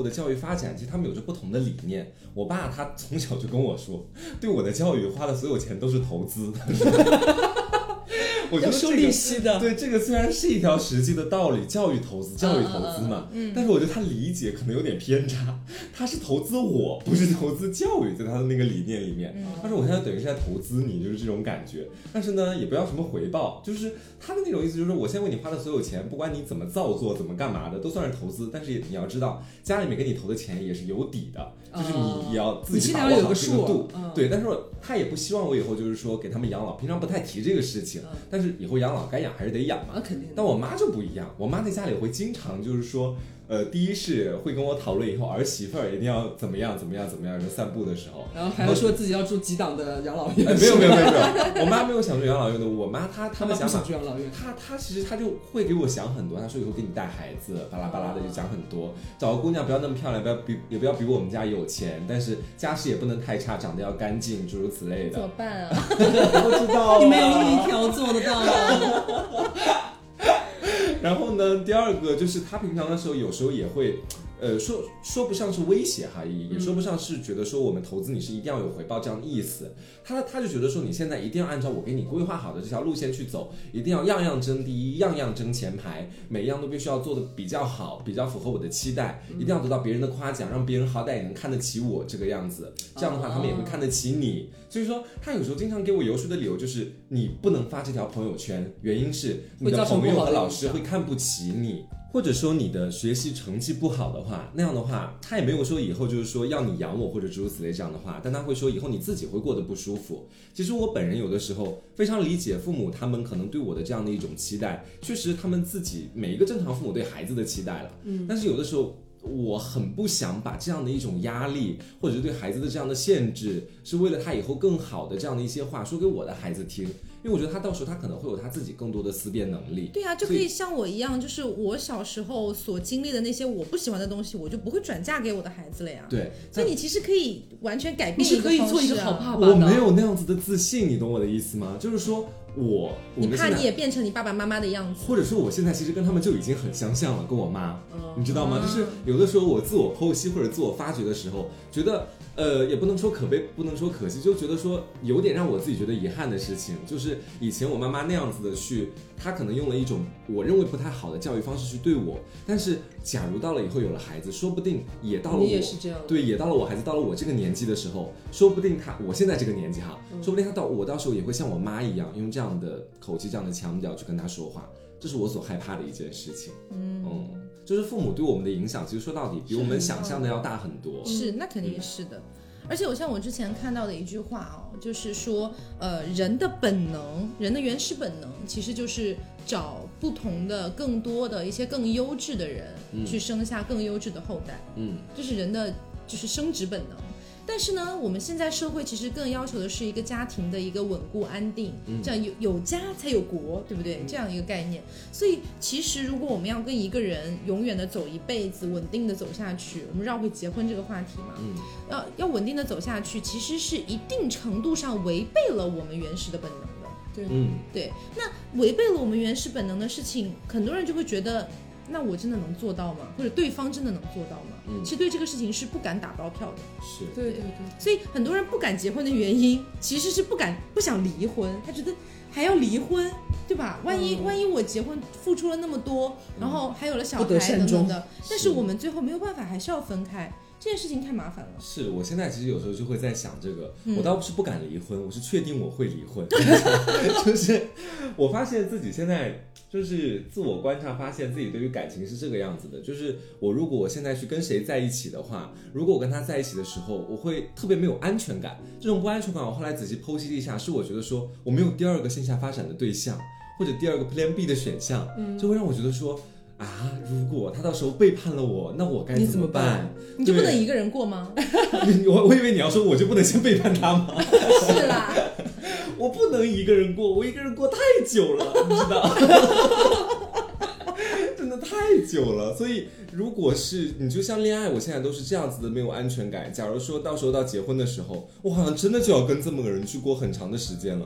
发展，其实他们有着不同的理念。我爸他从小就跟我说，对我的教育花的所有钱都是投资。我觉得收利息的， 对，这个虽然是一条实际的道理，教育投资嘛，但是我觉得他理解可能有点偏差，他是投资我，不是投资教育，在他的那个理念里面，他说我现在等于是在投资你，就是这种感觉，但是呢，也不要什么回报，就是他的那种意思，就是我现在为你花的所有钱，不管你怎么造作，怎么干嘛的，都算是投资，但是你要知道，家里面给你投的钱也是有底的，就是你也要自己把握好这个度，对，但是他也不希望我以后就是说给他们养老，平常不太提这个事情，但是以后养老该养还是得养嘛， 肯定。 但我妈就不一样，我妈在家里会经常就是说，第一是会跟我讨论以后儿媳妇儿一定要怎么样，散步的时候， 然后还要说自己要住几档的养老院。 没有，我妈没有想住养老院的，我妈她的想法， 住养老院， 她其实她就会给我想很多，她说以后给你带孩子，巴拉巴拉的就讲很多，找个姑娘不要那么漂亮，也不要比我们家有钱，但是家世也不能太差，长得要干净，诸如此类的。 怎么办啊？ 不知道、啊， 你没有一条做得到吗？ 然后呢，第二个就是他平常的时候，有时候也会，说不上是威胁哈，也说不上是觉得说我们投资你是一定要有回报这样的意思。他就觉得说你现在一定要按照我给你规划好的这条路线去走，一定要样样争第一，样样争前排，每一样都必须要做的比较好，比较符合我的期待，一定要得到别人的夸奖，让别人好歹也能看得起我这个样子。这样的话，他们也会看得起你。所以说，他有时候经常给我游说的理由就是你不能发这条朋友圈，原因是你的朋友和老师会看不起你。或者说你的学习成绩不好的话，那样的话他也没有说以后就是说要你养我或者诸如此类这样的话，但他会说以后你自己会过得不舒服。其实我本人有的时候非常理解父母他们可能对我的这样的一种期待，确实他们自己每一个正常父母对孩子的期待了，但是有的时候我很不想把这样的一种压力或者是对孩子的这样的限制，是为了他以后更好的这样的一些话说给我的孩子听。因为我觉得他到时候他可能会有他自己更多的思辨能力。 对啊，就可以像我一样，就是我小时候所经历的那些我不喜欢的东西，我就不会转嫁给我的孩子了呀。 对， 所以你其实可以完全改变一个方式、啊、 你是可以做一个好爸爸的。 我没有那样子的自信，你懂我的意思吗？就是说你怕你也变成你爸爸妈妈的样子， 或者说我现在其实跟他们就已经很相像了，跟我妈，你知道吗？就是有的时候我自我剖析或者自我发掘的时候，觉得也不能说可悲，不能说可惜，就觉得说有点让我自己觉得遗憾的事情，就是以前我妈妈那样子的去，她可能用了一种我认为不太好的教育方式去对我，但是假如到了以后有了孩子，说不定也到了我， 你也是这样， 对，也到了我孩子到了我这个年纪的时候，说不定我现在这个年纪哈，说不定我到时候也会像我妈一样，用这样的口气、这样的腔调去跟她说话，这是我所害怕的一件事情。就是父母对我们的影响，其实说到底比我们想象的要大很多。 是，那肯定是的。而且我之前看到的一句话哦，就是说，人的本能，人的原始本能，其实就是找不同的、更多的一些更优质的人，去生下更优质的后代。这是人的就是生殖本能。但是呢，我们现在社会其实更要求的是一个家庭的一个稳固安定，这样有家才有国，对不对？这样一个概念。所以其实如果我们要跟一个人永远的走一辈子，稳定的走下去，我们绕回结婚这个话题嘛，要稳定的走下去，其实是一定程度上违背了我们原始的本能的。对，那违背了我们原始本能的事情，很多人就会觉得，那我真的能做到吗？或者对方真的能做到吗？其实对这个事情是不敢打包票的。 是， 对。 所以很多人不敢结婚的原因，其实是不想离婚，他觉得还要离婚，对吧？万一我结婚付出了那么多，然后还有了小孩等等的，但是我们最后没有办法，还是要分开。这件事情太麻烦了。 是，我现在其实有时候就会在想这个，我倒不是不敢离婚，我是确定我会离婚。就是我发现自己现在就是自我观察，发现自己对于感情是这个样子的，就是如果我现在去跟谁在一起的话，如果我跟他在一起的时候，我会特别没有安全感。这种不安全感，我后来仔细剖析了一下，是我觉得说我没有第二个线下发展的对象，或者第二个 Plan B 的选项，就会让我觉得说。如果他到时候背叛了我，那我该怎么办？ 你就不能一个人过吗？ 我以为你要说我就不能先背叛他吗？ 是啦， 我不能一个人过，我一个人过太久了，你知道？真的太久了。所以如果是你就像恋爱，我现在都是这样子的，没有安全感。假如说到时候到结婚的时候，我好像真的就要跟这么个人去过很长的时间了。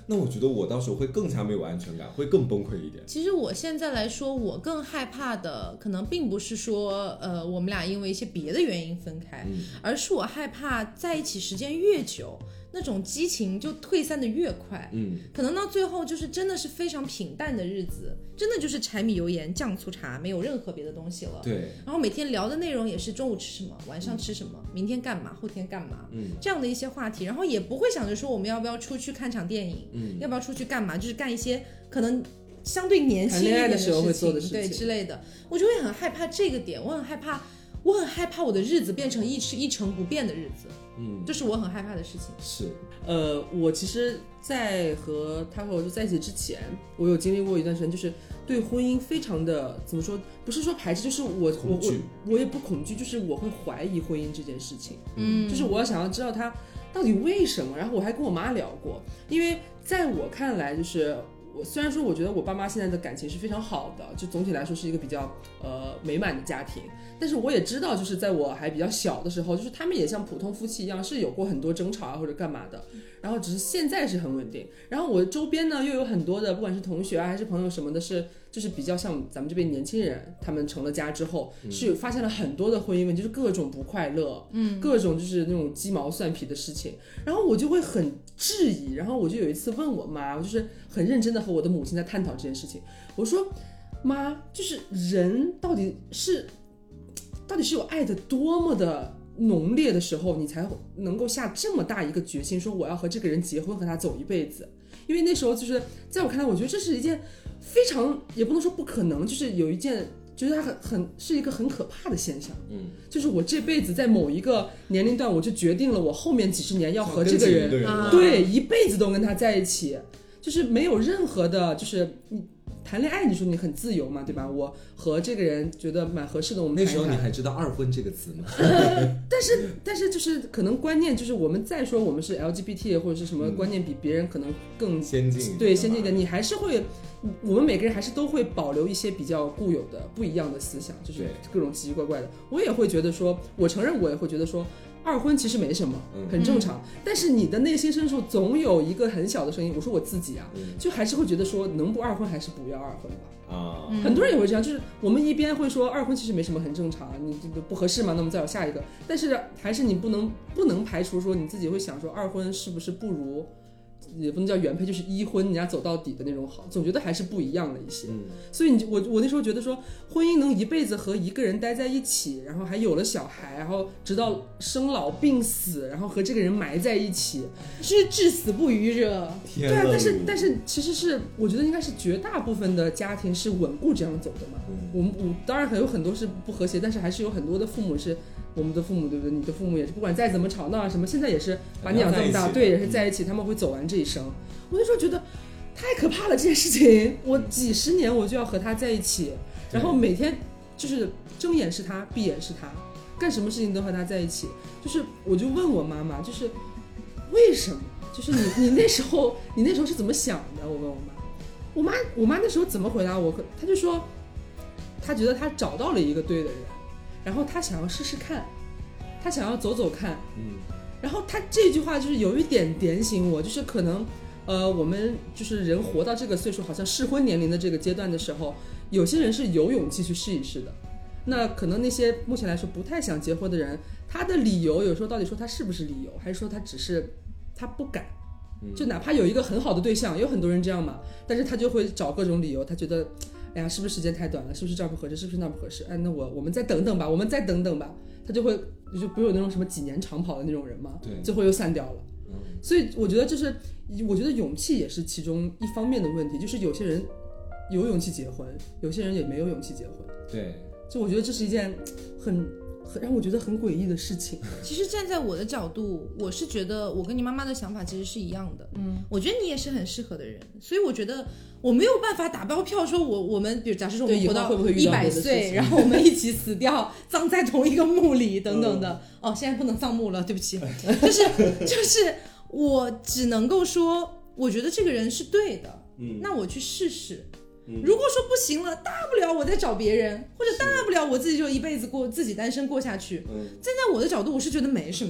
那我觉得我到时候会更加没有安全感，会更崩溃一点。 其实我现在来说，我更害怕的可能并不是说我们俩因为一些别的原因分开，而是我害怕在一起时间越久，那种激情就退散的越快，可能到最后就是真的是非常平淡的日子，真的就是柴米油盐酱醋茶，没有任何别的东西了。 对， 然后每天聊的内容也是中午吃什么，晚上吃什么，明天干嘛，后天干嘛，这样的一些话题，然后也不会想着说我们要不要出去看场电影，要不要出去干嘛，就是干一些可能相对年轻一点的时候会做的事情， 对之类的，我就会很害怕这个点，我很害怕我的日子变成一成不变的日子，这是我很害怕的事情。 是， 我其实在和Taco就在一起之前，我有经历过一段时间，就是对婚姻非常的怎么说，不是说排斥，就是我也不恐惧，就是我会怀疑婚姻这件事情，就是我想要知道他到底为什么。然后我还跟我妈聊过，因为在我看来，就是我虽然说我觉得我爸妈现在的感情是非常好的，就总体来说是一个比较美满的家庭，但是我也知道，就是在我还比较小的时候，就是他们也像普通夫妻一样，是有过很多争吵啊或者干嘛的，然后只是现在是很稳定。然后我周边呢又有很多的，不管是同学啊还是朋友什么的，就是比较像咱们这边年轻人，他们成了家之后，是发现了很多的婚姻问题，就是各种不快乐，各种就是那种鸡毛蒜皮的事情。然后我就会很质疑，然后我就有一次问我妈，我就是很认真的和我的母亲在探讨这件事情。我说妈，就是人到底是有爱的多么的浓烈的时候，你才能够下这么大一个决心，说我要和这个人结婚，和他走一辈子。因为那时候就是在我看来，我觉得这是一件非常，也不能说不可能，就是有一件觉得它是一个很可怕的现象。就是我这辈子在某一个年龄段，我就决定了我后面几十年要和这个人，对，一辈子都跟他在一起，就是没有任何的，就是你谈恋爱，你说你很自由嘛，对吧？我和这个人觉得蛮合适的，我们谈一谈。 那时候你还知道二婚这个词吗？ 但是就是可能观念，就是我们再说我们是 LGBT 或者是什么观念比别人可能更先进， 对，先进一点，你还是会，我们每个人还是都会保留一些比较固有的不一样的思想，就是各种奇奇怪怪的。我也会觉得说，我承认我也会觉得说，二婚其实没什么，很正常。但是你的内心深处总有一个很小的声音，我说我自己啊，就还是会觉得说，能不二婚还是不要二婚吧。很多人也会这样，就是我们一边会说二婚其实没什么，很正常，你这个不合适嘛，那我们再有下一个。但是还是你不能排除说你自己会想说，二婚是不是不如，也不能叫原配，就是一婚人家走到底的那种好，总觉得还是不一样的一些。所以我那时候觉得说，婚姻能一辈子和一个人待在一起，然后还有了小孩，然后直到生老病死，然后和这个人埋在一起， 是至死不渝者。 对啊，但是其实是我觉得应该是绝大部分的家庭是稳固这样走的嘛。我当然还有很多是不和谐，但是还是有很多的父母是我们的父母，对不对？你的父母也是，不管再怎么吵闹啊什么，现在也是把你养这么大，对，也是在一起，他们会走完这一生。我那时候觉得太可怕了，这件事情，我几十年我就要和他在一起，然后每天就是睁眼是他，闭眼是他，干什么事情都和他在一起。就是我就问我妈妈，就是为什么？就是你那时候是怎么想的？我问我妈那时候怎么回答我？她就说，她觉得她找到了一个对的人，然后她想要试试看，她想要走走看，然后她这句话就是有一点点醒我，就是可能我们就是人活到这个岁数，好像适婚年龄的这个阶段的时候，有些人是有勇气去试一试的。那可能那些目前来说不太想结婚的人，他的理由有时候到底说他是不是理由，还是说他只是他不敢，就哪怕有一个很好的对象，有很多人这样嘛，但是他就会找各种理由，他觉得哎呀是不是时间太短了，是不是这儿不合适，是不是那儿不合适，哎那我们再等等吧，我们再等等吧，他就不是有那种什么几年长跑的那种人嘛， 对， 最后又散掉了。所以我觉得我觉得勇气也是其中一方面的问题，就是有些人有勇气结婚，有些人也没有勇气结婚。 对， 就我觉得这是一件很让我觉得很诡异的事情。 其实站在我的角度，我是觉得我跟你妈妈的想法其实是一样的。我觉得你也是很适合的人，所以我觉得我没有办法打包票说我们比如假设说我们活到100岁，然后我们一起死掉，葬在同一个墓里等等的。现在不能葬墓了，对不起。就是我只能够说，我觉得这个人是对的，那我去试试。如果说不行了，大不了我再找别人，或者大不了我自己就一辈子自己单身过下去。站在我的角度，我是觉得没什么的。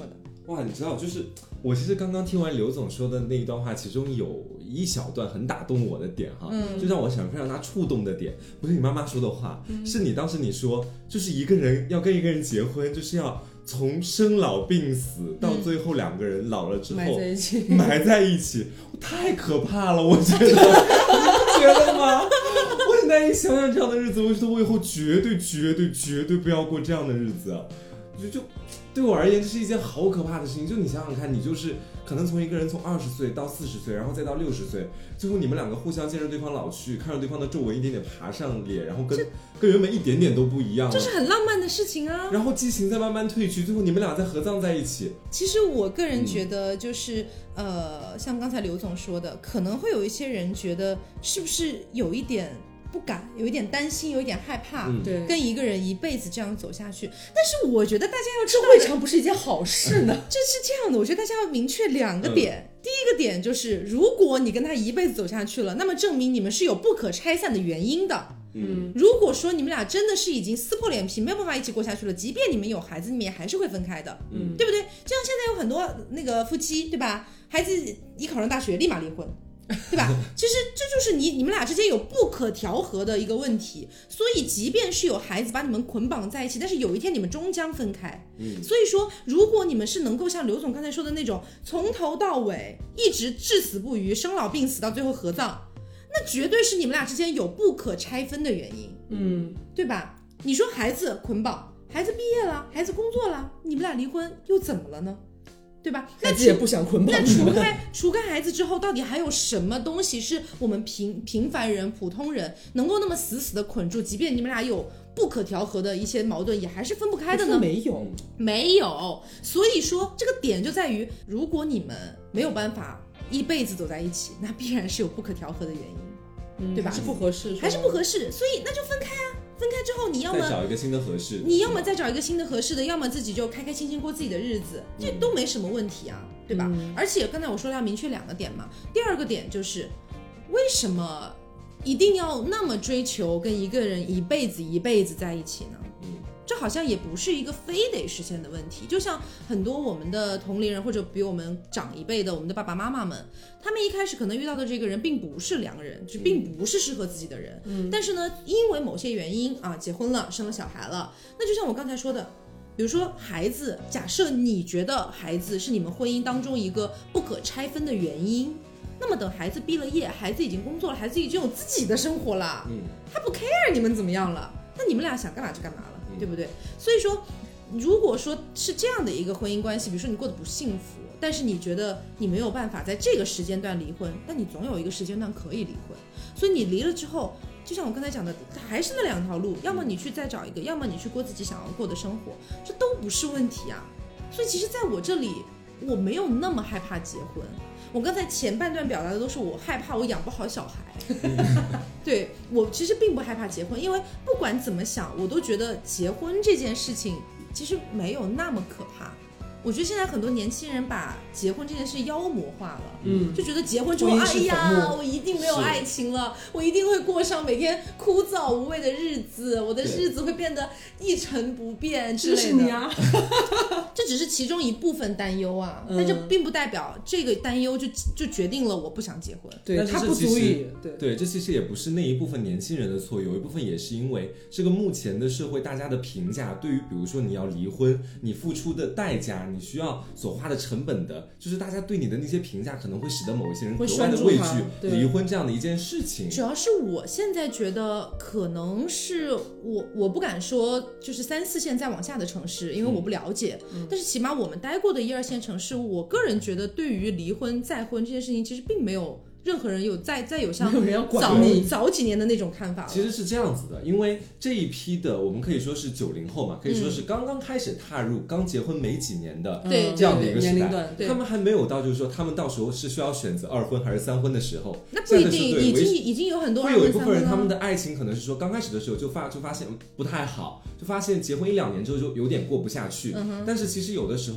哇，你知道，就是我其实刚刚听完刘总说的那一段话，其中有一小段很打动我的点哈，就让我想非常他触动的点，不是你妈妈说的话，是你当时你说，就是一个人要跟一个人结婚，就是要从生老病死到最后两个人老了之后埋在一起，太可怕了，我觉得，你不觉得吗？我现在一想想这样的日子，我觉得我以后绝对不要过这样的日子，就对我而言，这是一件好可怕的事情。就你想想看，你就是可能从一个人从20岁到40岁，然后再到60岁，最后你们两个互相见着对方老去，看着对方的皱纹一点点爬上脸，然后跟原本一点点都不一样了， 这是很浪漫的事情啊。 然后激情再慢慢褪去，最后你们俩再合葬在一起。 其实我个人觉得，就是像刚才刘总说的，可能会有一些人觉得是不是有一点不敢，有一点担心，有一点害怕， 对， 跟一个人一辈子这样走下去。但是我觉得大家要知道， 这未尝不是一件好事呢。 这是这样的，我觉得大家要明确2个点。第一个点就是，如果你跟他一辈子走下去了，那么证明你们是有不可拆散的原因的。如果说你们俩真的是已经撕破脸皮，没有办法一起过下去了，即便你们有孩子，你们也还是会分开的，对不对？就像现在有很多那个夫妻，对吧？孩子一考上大学立马离婚。对吧？其实这就是你们俩之间有不可调和的一个问题，所以即便是有孩子把你们捆绑在一起，但是有一天你们终将分开。所以说，如果你们是能够像刘总刚才说的那种，从头到尾一直至死不渝，生老病死到最后合葬，那绝对是你们俩之间有不可拆分的原因，对吧？你说孩子捆绑，孩子毕业了，孩子工作了，你们俩离婚又怎么了呢？对吧？ 孩子也不想捆绑。 那除开孩子之后，到底还有什么东西是我们平凡人、普通人能够那么死的捆住？即便你们俩有不可调和的一些矛盾，也还是分不开的呢？没有。所以说，这个点就在于，如果你们没有办法一辈子走在一起，那必然是有不可调和的原因，对吧？ 还是不合适， 所以那就分开啊。分开之后，你要么再找一个新的合适， 你要么再找一个新的合适的，要么自己就开开心心过自己的日子，这都没什么问题啊，对吧？而且刚才我说了要明确2个点嘛，第2个点就是为什么一定要那么追求跟一个人一辈子在一起呢？这好像也不是一个非得实现的问题。就像很多我们的同龄人或者比我们长一辈的我们的爸爸妈妈们，他们一开始可能遇到的这个人并不是良人，就并不是适合自己的人，但是呢，因为某些原因啊，结婚了，生了小孩了，那就像我刚才说的，比如说孩子，假设你觉得孩子是你们婚姻当中一个不可拆分的原因，那么等孩子毕了业，孩子已经工作了，孩子已经有自己的生活了，他不 care 你们怎么样了，那你们俩想干嘛就干嘛了，对不对？所以说，如果说是这样的一个婚姻关系，比如说你过得不幸福，但是你觉得你没有办法在这个时间段离婚，但你总有一个时间段可以离婚，所以你离了之后，就像我刚才讲的，还是那2条路，要么你去再找一个，要么你去过自己想要过的生活，这都不是问题啊。所以其实在我这里，我没有那么害怕结婚。我刚才前半段表达的都是我害怕我养不好小孩，对，我其实并不害怕结婚，因为不管怎么想，我都觉得结婚这件事情其实没有那么可怕。我觉得现在很多年轻人把结婚这件事妖魔化了，就觉得结婚之后，哎呀，我一定没有爱情了，我一定会过上每天枯燥无味的日子，我的日子会变得一成不变之类的。 这是你啊， 这只是其中一部分担忧啊，但这并不代表这个担忧就决定了我不想结婚。 对，它不足以。 对，这其实也不是那一部分年轻人的错，有一部分也是因为这个目前的社会大家的评价，对于比如说你要离婚，你付出的代价，你需要所花的成本的，就是大家对你的那些评价可能会使得某一些人格外的畏惧离婚这样的一件事情。 主要是我现在觉得可能是我不敢说就是3、4线再往下的城市，因为我不了解，但是起码我们待过的1、2线城市，我个人觉得对于离婚再婚这件事情其实并没有任何人有再有像早几年的那种看法了。 其实是这样子的，因为这一批的我们可以说是90后嘛，可以说是刚刚开始踏入刚结婚没几年的这样的一个时代，他们还没有到就是说他们到时候是需要选择2婚还是3婚的时候。 那不一定，已经有很多会有一部分人他们的爱情可能是说刚开始的时候就发现不太好，就发现结婚1、2年之后就有点过不下去，但是其实有的时候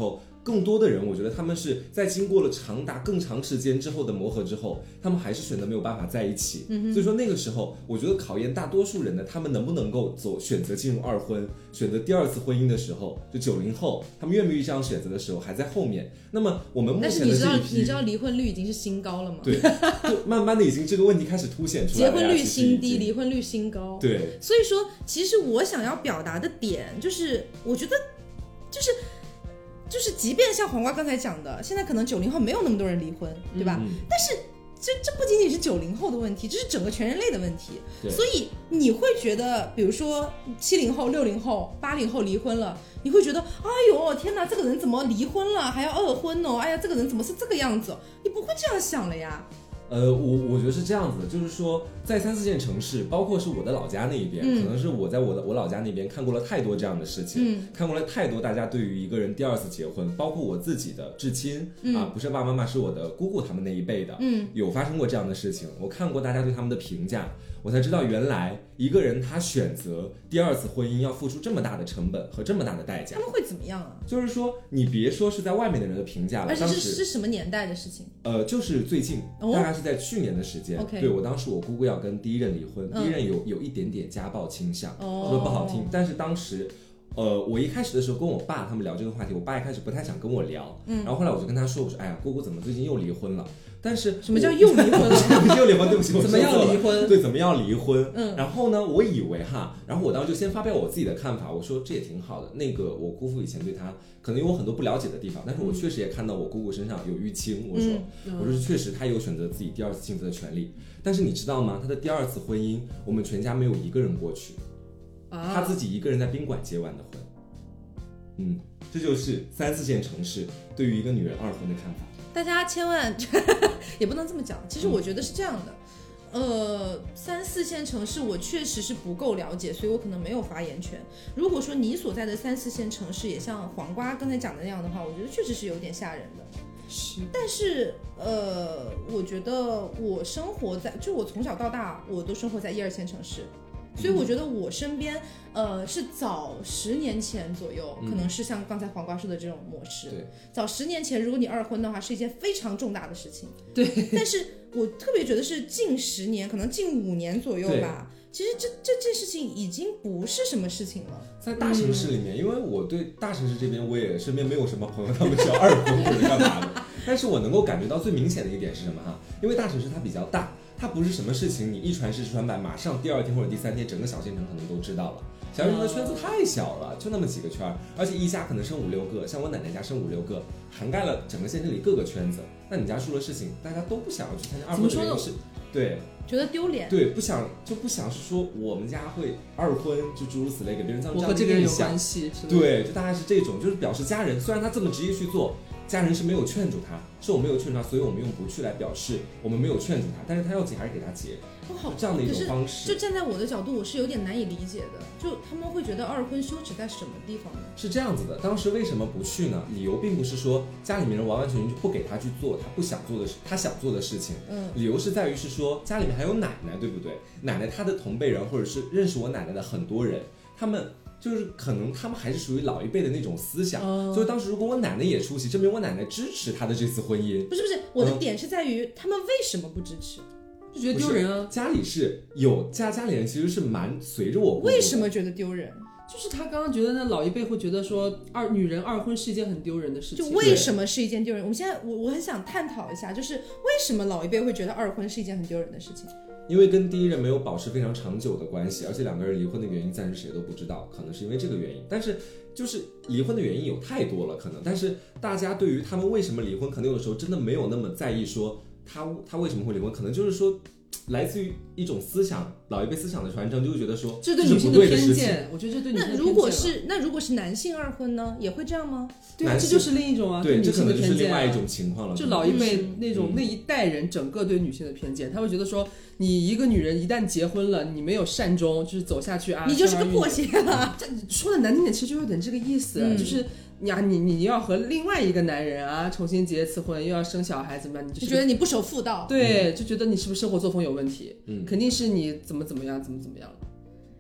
更多的人，我觉得他们是在经过了更长时间之后的磨合之后，他们还是选择没有办法在一起。所以说那个时候，我觉得考验大多数人的，他们能不能够选择进入二婚，选择第二次婚姻的时候，就90后，他们愿不愿意这样选择的时候，还在后面。那么我们目前的这一批， 但是你知道离婚率已经是新高了吗？ 对，就慢慢的已经这个问题开始凸显出来了。 结婚率新低，离婚率新高。 对， 所以说，其实我想要表达的点就是，我觉得就是，即便像黄瓜刚才讲的，现在可能90后没有那么多人离婚，对吧？但是这不仅仅是90后的问题，这是整个全人类的问题。所以你会觉得，比如说70后、60后、80后离婚了，你会觉得，哎呦天哪，这个人怎么离婚了，还要二婚哦？哎呀，这个人怎么是这个样子？你不会这样想了呀。 我觉得是这样子的，就是说在3、4线城市，包括是我的老家那一边，可能是我在我老家那边看过了太多这样的事情，看过了太多大家对于一个人第二次结婚，包括我自己的至亲啊，不是爸爸妈妈，是我的姑姑他们那一辈的，有发生过这样的事情，我看过大家对他们的评价，我才知道原来一个人他选择第二次婚姻要付出这么大的成本和这么大的代价。 他们会怎么样啊？ 就是说你别说是在外面的人的评价了， 而且是什么年代的事情？ 就是最近，大概是在去年的时间。对，我当时我姑姑要跟第一任离婚，第一任有一点点家暴倾向，说不好听，但是当时。我一开始的时候跟我爸他们聊这个话题，我爸一开始不太想跟我聊，然后后来我就跟他说，我说哎呀，姑姑怎么最近又离婚了？但是什么叫又离婚了？ 又离婚，对不起， 怎么样离婚？ 对，怎么样离婚？然后呢，我以为哈，然后我当时就先发表我自己的看法，我说这也挺好的。那个我姑父以前对他可能有很多不了解的地方，但是我确实也看到我姑姑身上有淤青，我说确实他有选择自己第二次幸福的权利。但是你知道吗？他的第二次婚姻，我们全家没有一个人过去。他自己一个人在宾馆结完的婚，这就是3、4线城市对于一个女人二婚的看法。 大家千万也不能这么讲，其实我觉得是这样的，3、4线城市我确实是不够了解，所以我可能没有发言权。如果说你所在的3、4线城市也像黄瓜刚才讲的那样的话，我觉得确实是有点吓人的。但是我觉得我生活在，就我从小到大我都生活在1、2线城市。所以我觉得我身边，是早10年前左右，可能是像刚才黄瓜说的这种模式。 对， 早10年前，如果你二婚的话，是一件非常重大的事情。 对， 但是我特别觉得是近10年，可能近5年左右吧。其实这件事情已经不是什么事情了。 在大城市里面，因为我对大城市这边我也身边没有什么朋友，他们需要二婚或者干嘛的。但是我能够感觉到最明显的一点是什么哈？因为大城市它比较大。它不是什么事情，你一传十十传百，马上第2天或者第3天，整个小县城可能都知道了。小县城的圈子太小了，就那么几个圈，而且一家可能生5、6个，像我奶奶家生5、6个，涵盖了整个县城里各个圈子。那你家出了事情，大家都不想要去参加二婚的原因是，对， 觉得丢脸， 对，不想是说我们家会二婚，就诸如此类，给别人造成我和这个人有关系， 对，就大概是这种，就是表示家人虽然他这么执意去做。家人是没有劝住他，是我没有劝住他，所以我们用不去来表示我们没有劝住他，但是他要结还是给他结，这样的一种方式。 就站在我的角度，我是有点难以理解的，就他们会觉得二婚羞耻在什么地方呢？ 是这样子的，当时为什么不去呢？理由并不是说家里面人完完全全就不给他去做他不想做的事，他想做的事情，理由是在于是说家里面还有奶奶，对不对？奶奶她的同辈人或者是认识我奶奶的很多人，他们。就是可能他们还是属于老一辈的那种思想，所以当时如果我奶奶也出席，证明我奶奶支持她的这次婚姻。 不是，我的点是在于他们为什么不支持？ 就觉得丢人啊。 家里是有家里人其实是蛮随着我。 为什么觉得丢人？ 就是他刚刚觉得那老一辈会觉得说女人二婚是一件很丢人的事情。 就为什么是一件丢人？我们现在我很想探讨一下，就是为什么老一辈会觉得二婚是一件很丢人的事情？ 因为跟第一任没有保持非常长久的关系，而且2个人离婚的原因暂时谁都不知道，可能是因为这个原因。但是就是离婚的原因有太多了，可能，但是大家对于他们为什么离婚，可能有的时候真的没有那么在意，说他为什么会离婚，可能就是说来自于一种思想，老一辈思想的传承，就会觉得说这对女性的偏见，我觉得这对女性的偏见。 那如果是男性二婚呢，也会这样吗？ 对，这就是另一种啊， 对， 女性的偏见， 这可能就是另外一种情况了。 就老一辈那一代人整个对女性的偏见，他会觉得说，你一个女人一旦结婚了，你没有善终，就是走下去啊， 你就是个破鞋了。 这说的难听点，其实就有点这个意思，就是你要和另外一个男人啊重新结一次婚，又要生小孩怎么样？你就觉得你不守妇道， 对，就觉得你是不是生活作风有问题？肯定是你怎么样了。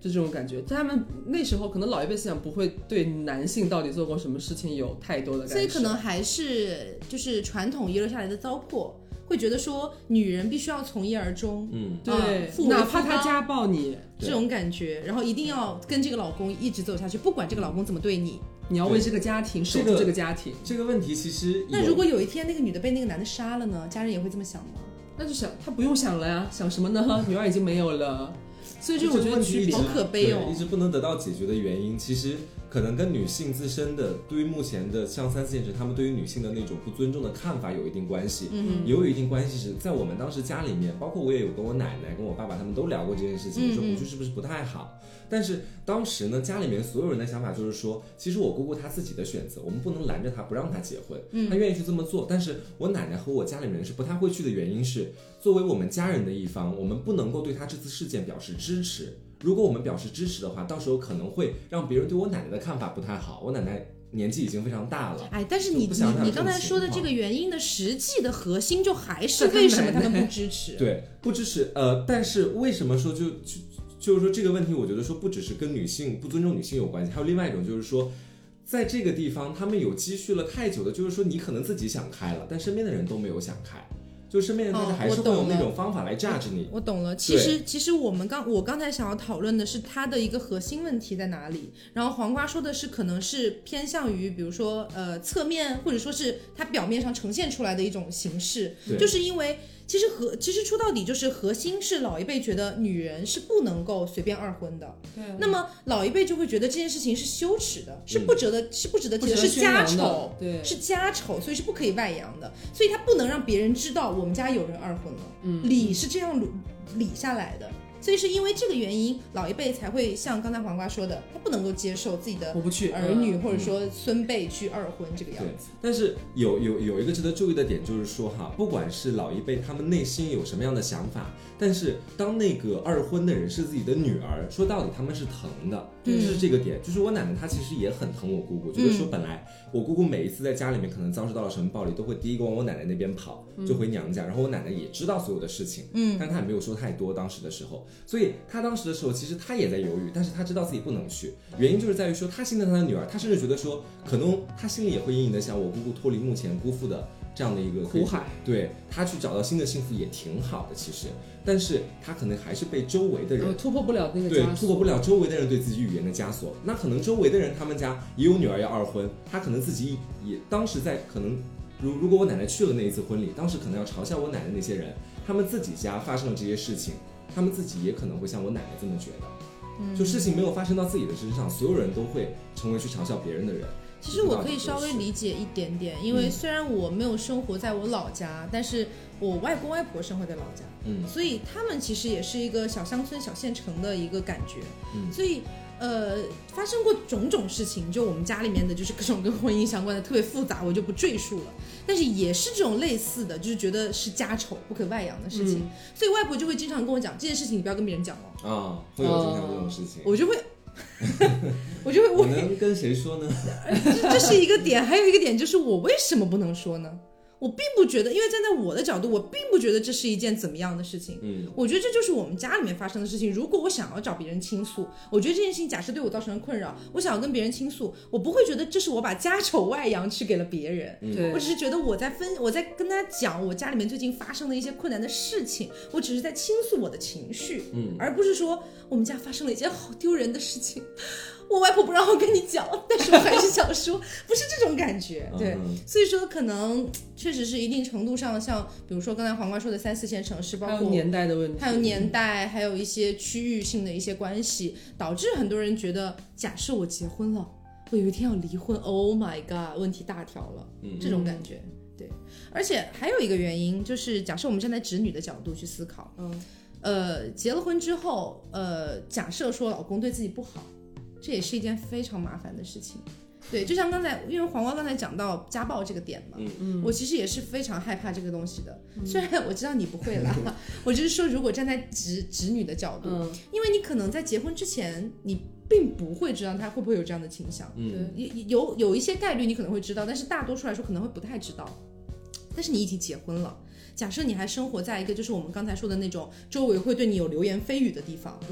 就这种感觉。他们那时候可能老一辈思想不会对男性到底做过什么事情有太多的干涉， 所以可能还是就是传统遗留下来的糟粕，会觉得说女人必须要从一而终， 对， 父为哪怕他夫家暴你这种感觉，然后一定要跟这个老公一直走下去，不管这个老公怎么对你， 你要为这个家庭守住这个家庭。 这个问题其实那如果有一天那个女的被那个男的杀了呢？家人也会这么想吗？ 那就想他不用想了呀，想什么呢？女儿已经没有了，所以这我觉得区别好可悲哦， 一直不能得到解决的原因，其实可能跟女性自身的对于目前的像3、4线城他们对于女性的那种不尊重的看法有一定关系，也有一定关系是在我们当时家里面，包括我也有跟我奶奶跟我爸爸他们都聊过这件事情，说回去是不是不太好。但是当时呢，家里面所有人的想法就是说，其实我姑姑她自己的选择，我们不能拦着她不让她结婚，她愿意去这么做。但是我奶奶和我家里面人是不太会去的原因是，作为我们家人的一方，我们不能够对她这次事件表示支持。如果我们表示支持的话，到时候可能会让别人对我奶奶的看法不太好。我奶奶年纪已经非常大了， 但是你刚才说的这个原因的实际的核心就还是为什么他们不支持？ 对，不支持。但是为什么说就是说这个问题，我觉得说不只是跟女性不尊重女性有关系，还有另外一种就是说，在这个地方他们有积蓄了太久的，就是说你可能自己想开了，但身边的人都没有想开。就身边人大家还是会有那种方法来 judge 你。 我懂了，其实我刚才想要讨论的是它的一个核心问题在哪里。然后黄瓜说的是可能是偏向于比如说侧面或者说是它表面上呈现出来的一种形式，就是因为其实说到底就是核心是老一辈觉得女人是不能够随便二婚的， 对， 那么老一辈就会觉得这件事情是羞耻的，是不值得提的，是家丑， 对， 是家丑，所以是不可以外扬的，所以他不能让别人知道我们家有人二婚了，理是这样理下来的。所以是因为这个原因，老一辈才会像刚才黄瓜说的，他不能够接受自己的儿女或者说孙辈去二婚这个样子。 但是有一个值得注意的点就是说哈，不管是老一辈他们内心有什么样的想法，但是当那个二婚的人是自己的女儿，说到底他们是疼的，就是这个点。就是我奶奶她其实也很疼我姑姑，就是说本来我姑姑每一次在家里面可能遭受到了什么暴力，都会第一个往我奶奶那边跑，就回娘家，然后我奶奶也知道所有的事情，但她也没有说太多当时的时候。所以他当时的时候，其实他也在犹豫，但是他知道自己不能去，原因就是在于说，他心疼他的女儿，他甚至觉得说，可能他心里也会隐隐的想，我姑姑脱离目前姑父的这样的一个苦海， 对他去找到新的幸福也挺好的，其实，但是他可能还是被周围的人突破不了那个枷锁， 对，突破不了周围的人对自己语言的枷锁。那可能周围的人他们家也有女儿要二婚，他可能自己也当时在可能。如果我奶奶去了那一次婚礼，当时可能要嘲笑我奶奶那些人，他们自己家发生了这些事情，他们自己也可能会像我奶奶这么觉得，就事情没有发生到自己的身上，所有人都会成为去嘲笑别人的人。 其实我可以稍微理解一点点，因为虽然我没有生活在我老家，但是我外公外婆生活在老家，所以他们其实也是一个小乡村小县城的一个感觉，所以发生过种种事情，就我们家里面的就是各种跟婚姻相关的特别复杂，我就不赘述了。但是也是这种类似的，就是觉得是家丑不可外扬的事情，所以外婆就会经常跟我讲这件事情，你不要跟别人讲哦。 会有经常这种事情， 我就会我能跟谁说呢？ 这是一个点，还有一个点就是我为什么不能说呢？我并不觉得，因为站在我的角度，我并不觉得这是一件怎么样的事情。我觉得这就是我们家里面发生的事情。如果我想要找别人倾诉，我觉得这件事情假设对我造成了困扰，我想要跟别人倾诉，我不会觉得这是我把家丑外扬去给了别人。我只是觉得我在跟他讲我家里面最近发生的一些困难的事情，我只是在倾诉我的情绪，而不是说我们家发生了一件好丢人的事情。我外婆不让我跟你讲，但是我还是想说，不是这种感觉，对，所以说可能确实是一定程度上，像比如说刚才黄瓜说的3、4线城市，包括还有年代的问题， 还有年代，还有一些区域性的一些关系，导致很多人觉得，假设我结婚了，我有一天要离婚 ，Oh my god， 问题大条了，这种感觉，对，而且还有一个原因就是，假设我们站在直女的角度去思考，结了婚之后，假设说老公对自己不好。这也是一件非常麻烦的事情，对，就像刚才，因为黄瓜刚才讲到家暴这个点嘛，我其实也是非常害怕这个东西的，虽然我知道你不会啦，我就是说，如果站在直女的角度，因为你可能在结婚之前，你并不会知道他会不会有这样的倾向，有一些概率你可能会知道，但是大多数来说可能会不太知道，但是你已经结婚了。假设你还生活在一个就是我们刚才说的那种周围会对你有流言蜚语的地方，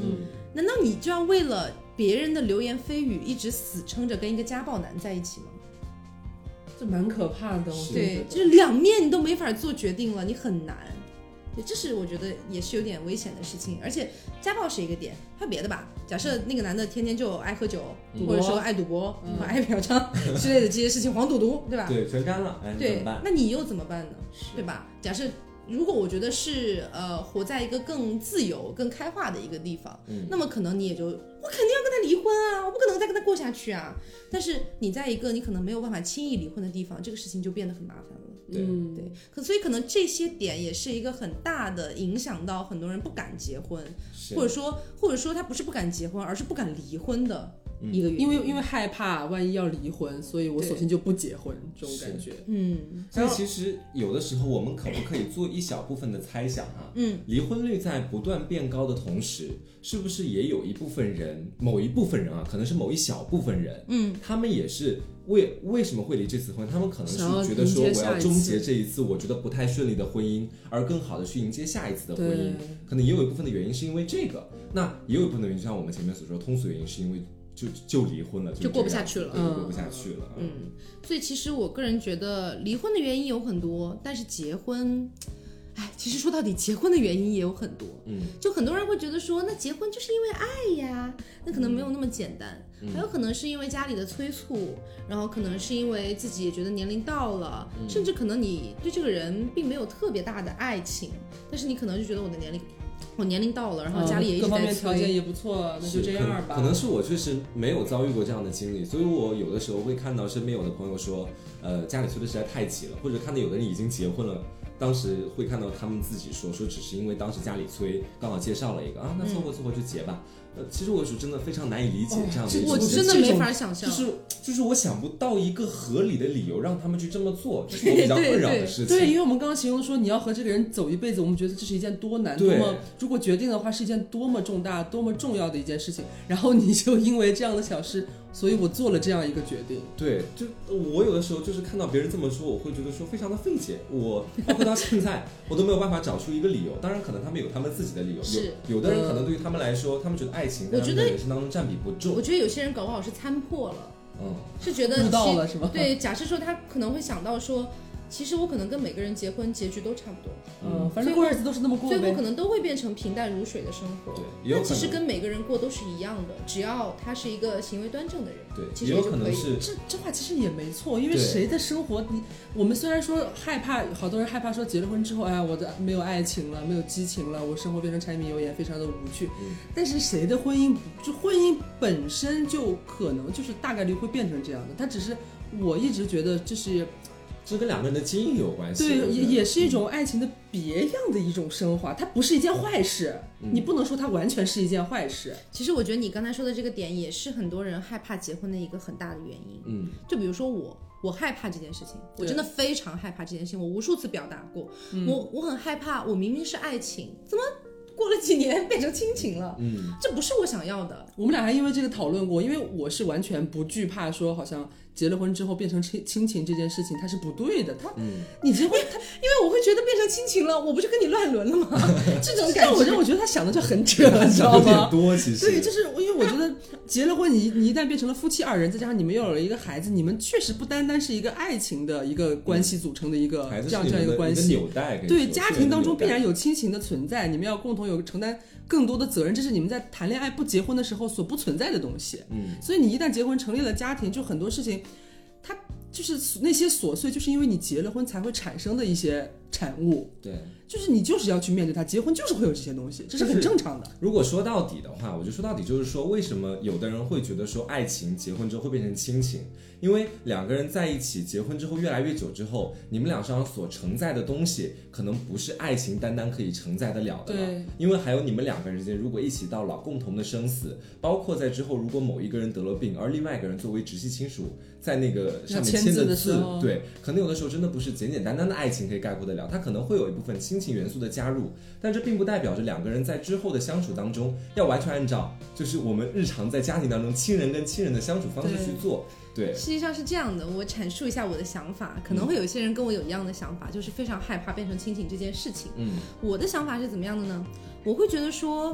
难道你就要为了别人的流言蜚语一直死撑着跟一个家暴男在一起吗？ 这蛮可怕的。 对，就是两面你都没法做决定了，你很难。对，这是我觉得也是有点危险的事情。而且家暴是一个点，还有别的吧？假设那个男的天天就爱喝酒，或者说爱赌博、爱嫖娼之类的这些事情，黄赌毒，对吧？ 对，全干了，哎， 对， 怎么办？ 那你又怎么办呢？对吧？假设如果我觉得是活在一个更自由、更开化的一个地方，那么可能你也就我肯定要跟他离婚啊，我不可能再跟他过下去啊。但是你在一个你可能没有办法轻易离婚的地方，这个事情就变得很麻烦了。对，所以可能这些点也是一个很大的影响到很多人不敢结婚，或者说他不是不敢结婚，而是不敢离婚的一个原因。 因为害怕万一要离婚，所以我索性就不结婚，这种感觉。 所以其实有的时候我们可不可以做一小部分的猜想啊？离婚率在不断变高的同时，是不是也有一部分人，某一部分人啊，可能是某一小部分人，他们也是为什么会离这次婚？他们可能是觉得说我要终结这一次我觉得不太顺利的婚姻，而更好的去迎接下一次的婚姻。可能也有一部分的原因是因为这个，那也有一部分的原因，就像我们前面所说，通俗原因是因为就离婚了， 就过不下去了， 过不下去了。 所以其实我个人觉得离婚的原因有很多，但是结婚。其实说到底，结婚的原因也有很多。就很多人会觉得说，那结婚就是因为爱呀，那可能没有那么简单。还有可能是因为家里的催促，然后可能是因为自己也觉得年龄到了，甚至可能你对这个人并没有特别大的爱情，但是你可能就觉得我年龄到了，然后家里也一直在催， 各方面条件也不错，那就这样吧。 可能是我确实没有遭遇过这样的经历，所以我有的时候会看到身边有的朋友说，家里催的实在太急了，或者看到有的人已经结婚了。当时会看到他们自己说只是因为当时家里催，刚好介绍了一个啊，那凑合凑合就结吧。其实我是真的非常难以理解这样的一种， 我真的没法想象， 就是我想不到一个合理的理由让他们去这么做，这是我比较困扰的事情。 对，因为我们刚刚形容说你要和这个人走一辈子，我们觉得这是一件多难，多么如果决定的话是一件多么重大、多么重要的一件事情，然后你就因为这样的小事，所以我做了这样一个决定。 对，就我有的时候就是看到别人这么说，我会觉得说非常的费解。我包括到现在，我都没有办法找出一个理由。当然，可能他们有他们自己的理由，有的人可能对于他们来说，他们觉得爱情在他们的人生当中占比不重。 我觉得有些人搞不好是参破了，是觉得悟到了是吗？ 对，假设说他可能会想到说。其实我可能跟每个人结婚结局都差不多， 反正过日子都是那么过呗， 最后可能都会变成平淡如水的生活。 对， 那其实跟每个人过都是一样的，只要他是一个行为端正的人， 对， 其实也就可以。 这话其实也没错，因为谁的生活，我们虽然说害怕，好多人害怕说结了婚之后，哎呀，我的没有爱情了，没有激情了，我生活变成柴米油盐，非常的无趣。但是谁的婚姻本身就可能就是大概率会变成这样的，它只是我一直觉得这跟两个人的基因有关系， 对，也是一种爱情的别样的一种升华，它不是一件坏事，你不能说它完全是一件坏事。 其实我觉得你刚才说的这个点也是很多人害怕结婚的一个很大的原因。就比如说我害怕这件事情，我真的非常害怕这件事情，我无数次表达过，我很害怕，我明明是爱情，怎么过了几年变成亲情了？这不是我想要的。 我们俩还因为这个讨论过，因为我是完全不惧怕说好像结了婚之后变成亲情这件事情它是不对的，你结婚因为我会觉得变成亲情了，我不就跟你乱伦了吗？这种感觉， 我觉得他想的就很扯，你知道吗？ 有点多，其实对，就是因为我觉得结了婚，你一旦变成了夫妻二人，再加上你们又有了一个孩子，你们确实不单单是一个爱情的一个关系组成的一个这样一个关系， 纽带。 对，家庭当中必然有亲情的存在，你们要共同有承担更多的责任，这是你们在谈恋爱不结婚的时候所不存在的东西。所以你一旦结婚成立了家庭，就很多事情它就是那些琐碎，就是因为你结了婚才会产生的一些产物。 对， 就是你就是要去面对它，结婚就是会有这些东西，这是很正常的。 如果说到底的话，我就说到底就是说，为什么有的人会觉得说爱情结婚之后会变成亲情？因为两个人在一起结婚之后越来越久之后，你们俩上所承载的东西可能不是爱情单单可以承载得了的了。 对， 因为还有你们两个人之间如果一起到老，共同的生死，包括在之后如果某一个人得了病，而另外一个人作为直系亲属在那个上面签的字，对，可能有的时候真的不是简简单单的爱情可以概括得了，它可能会有一部分亲情元素的加入，但这并不代表着两个人在之后的相处当中要完全按照就是我们日常在家庭当中亲人跟亲人的相处方式去做。对， 实际上是这样的，我阐述一下我的想法，可能会有一些人跟我有一样的想法，就是非常害怕变成亲情这件事情。我的想法是怎么样的呢？我会觉得说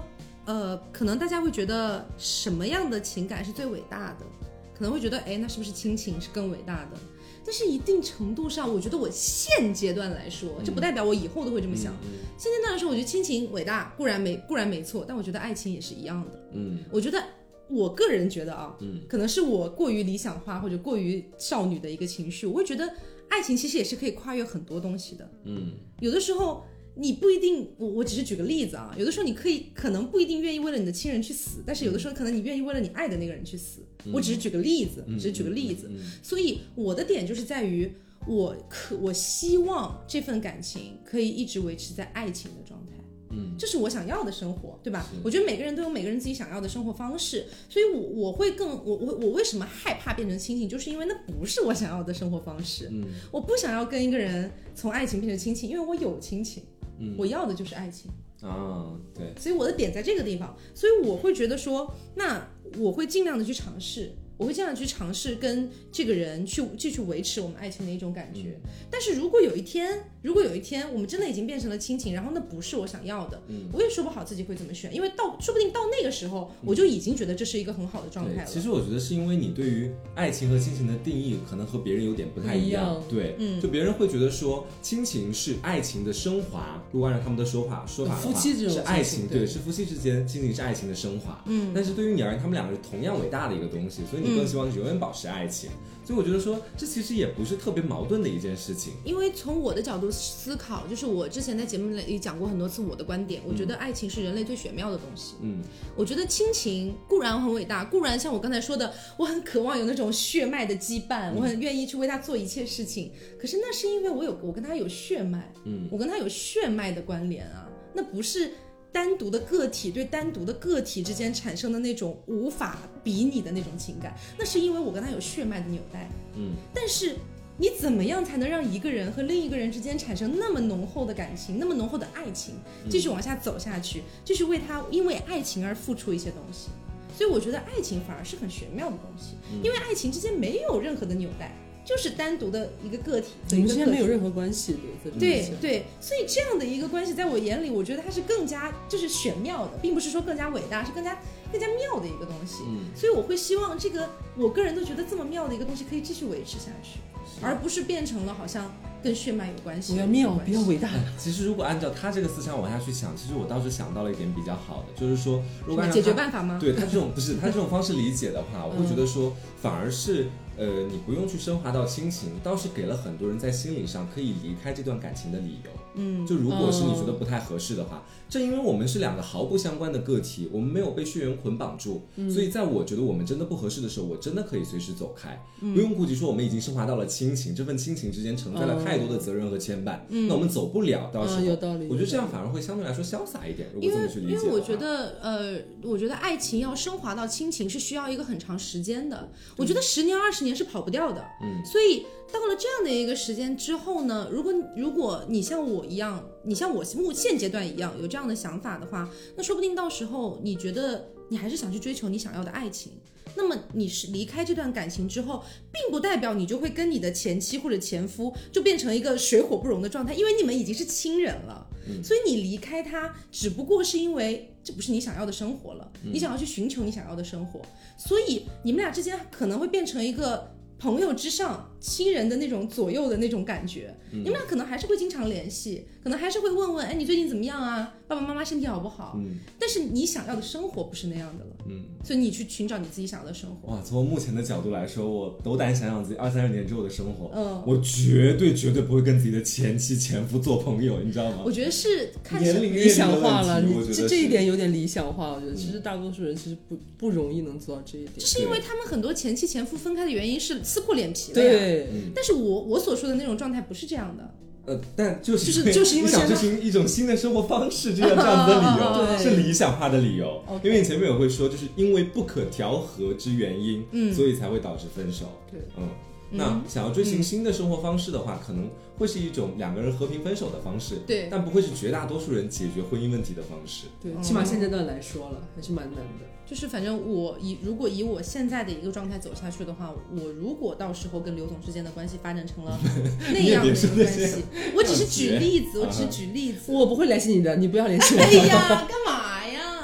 可能大家会觉得什么样的情感是最伟大的？可能会觉得，哎，那是不是亲情是更伟大的？但是一定程度上，我觉得我现阶段来说，这不代表我以后都会这么想。现阶段来说，我觉得亲情伟大固然没错，但我觉得爱情也是一样的。我觉得我个人觉得啊，可能是我过于理想化或者过于少女的一个情绪，我会觉得爱情其实也是可以跨越很多东西的。有的时候你不一定，我只是举个例子啊，有的时候你可能不一定愿意为了你的亲人去死，但是有的时候可能你愿意为了你爱的那个人去死。我只是举个例子，所以我的点就是在于我希望这份感情可以一直维持在爱情的状态。这是我想要的生活，对吧？我觉得每个人都有每个人自己想要的生活方式，所以我为什么害怕变成亲情，就是因为那不是我想要的生活方式。我不想要跟一个人从爱情变成亲情，因为我有亲情，我要的就是爱情。 对， 所以我的点在这个地方，所以我会觉得说，那我会尽量的去尝试，跟这个人继续维持我们爱情的一种感觉。但是如果有一天我们真的已经变成了亲情，然后那不是我想要的，我也说不好自己会怎么选，因为说不定到那个时候，我就已经觉得这是一个很好的状态了。 其实我觉得是因为你对于爱情和亲情的定义可能和别人有点不太一样。对，就别人会觉得说亲情是爱情的升华，如果按照他们的说法的话， 夫妻这种是爱情，对，是夫妻之间，亲情是爱情的升华。但是对于你而言，他们两个是同样伟大的一个东西，所以你更希望永远保持爱情。所以我觉得说，这其实也不是特别矛盾的一件事情。 因为从我的角度思考，就是我之前在节目里讲过很多次我的观点，我觉得爱情是人类最玄妙的东西。我觉得亲情固然很伟大，固然像我刚才说的，我很渴望有那种血脉的羁绊，我很愿意去为他做一切事情。可是那是因为我跟他有血脉，我跟他有血脉的关联啊，那不是单独的个体对单独的个体之间产生的那种无法比拟的那种情感，那是因为我跟他有血脉的纽带。但是你怎么样才能让一个人和另一个人之间产生那么浓厚的感情，那么浓厚的爱情，继续往下走下去，继续为他因为爱情而付出一些东西？所以我觉得爱情反而是很玄妙的东西，因为爱情之间没有任何的纽带，就是单独的一个个体， 你们之间没有任何关系的。 对，所以这样的一个关系在我眼里，我觉得它是更加就是玄妙的，并不是说更加伟大，是更加妙的一个东西。所以我会希望这个我个人都觉得这么妙的一个东西可以继续维持下去，而不是变成了好像跟血脉有关系， 比较妙比较伟大。 其实如果按照他这个思想往下去想，其实我倒是想到了一点比较好的，就是说如果按照解决办法吗？ 对他这种不是他这种方式理解的话，我会觉得说反而是你不用去升华到亲情，倒是给了很多人在心理上可以离开这段感情的理由。就如果是你觉得不太合适的话，正因为我们是两个毫不相关的个体，我们没有被血缘捆绑住，所以在我觉得我们真的不合适的时候，我真的可以随时走开，不用顾及说我们已经升华到了亲情，这份亲情之间承载了太多的责任和牵绊，那我们走不了，到时候有道理。 我觉得这样反而会相对来说潇洒一点。如果这么去理解的话， 因为我觉得爱情要升华到亲情是需要一个很长时间的，我觉得10年20年是跑不掉的。所以到了这样的一个时间之后呢，如果你像我一样，你像我现阶段一样有这样的想法的话，那说不定到时候你觉得你还是想去追求你想要的爱情，那么你是离开这段感情之后，并不代表你就会跟你的前妻或者前夫就变成一个水火不容的状态，因为你们已经是亲人了。所以你离开他只不过是因为这不是你想要的生活了，你想要去寻求你想要的生活，所以你们俩之间可能会变成一个朋友之上亲人的那种左右的那种感觉。你们俩可能还是会经常联系，可能还是会问问，哎，你最近怎么样啊？爸爸妈妈身体好不好？但是你想要的生活不是那样的了。所以你去寻找你自己想要的生活。 哇，从目前的角度来说，我斗胆想想自己20-30年之后的生活，我绝对不会跟自己的前妻前夫做朋友，你知道吗？ 我觉得是看年龄理想化了， 你这一点有点理想化。我觉得其实大多数人其实不容易能做到这一点。 这是因为他们很多前妻前夫分开的原因是撕破脸皮了呀。 对， 但是我所说的那种状态不是这样的。 但就是因为想追寻一种新的生活方式，这样子的理由是理想化的理由。因为你前面有会说，就是因为不可调和之原因，所以才会导致分手。 对， 那想要追寻新的生活方式的话，可能会是一种两个人和平分手的方式， 对， 但不会是绝大多数人解决婚姻问题的方式。 对，起码现阶段来说了，还是蛮难的。 就是反正如果以我现在的一个状态走下去的话，我如果到时候跟刘总之间的关系发展成了那样的一个关系，我只是举例子，我不会联系你的，你不要联系我。 哎呀，干嘛呀？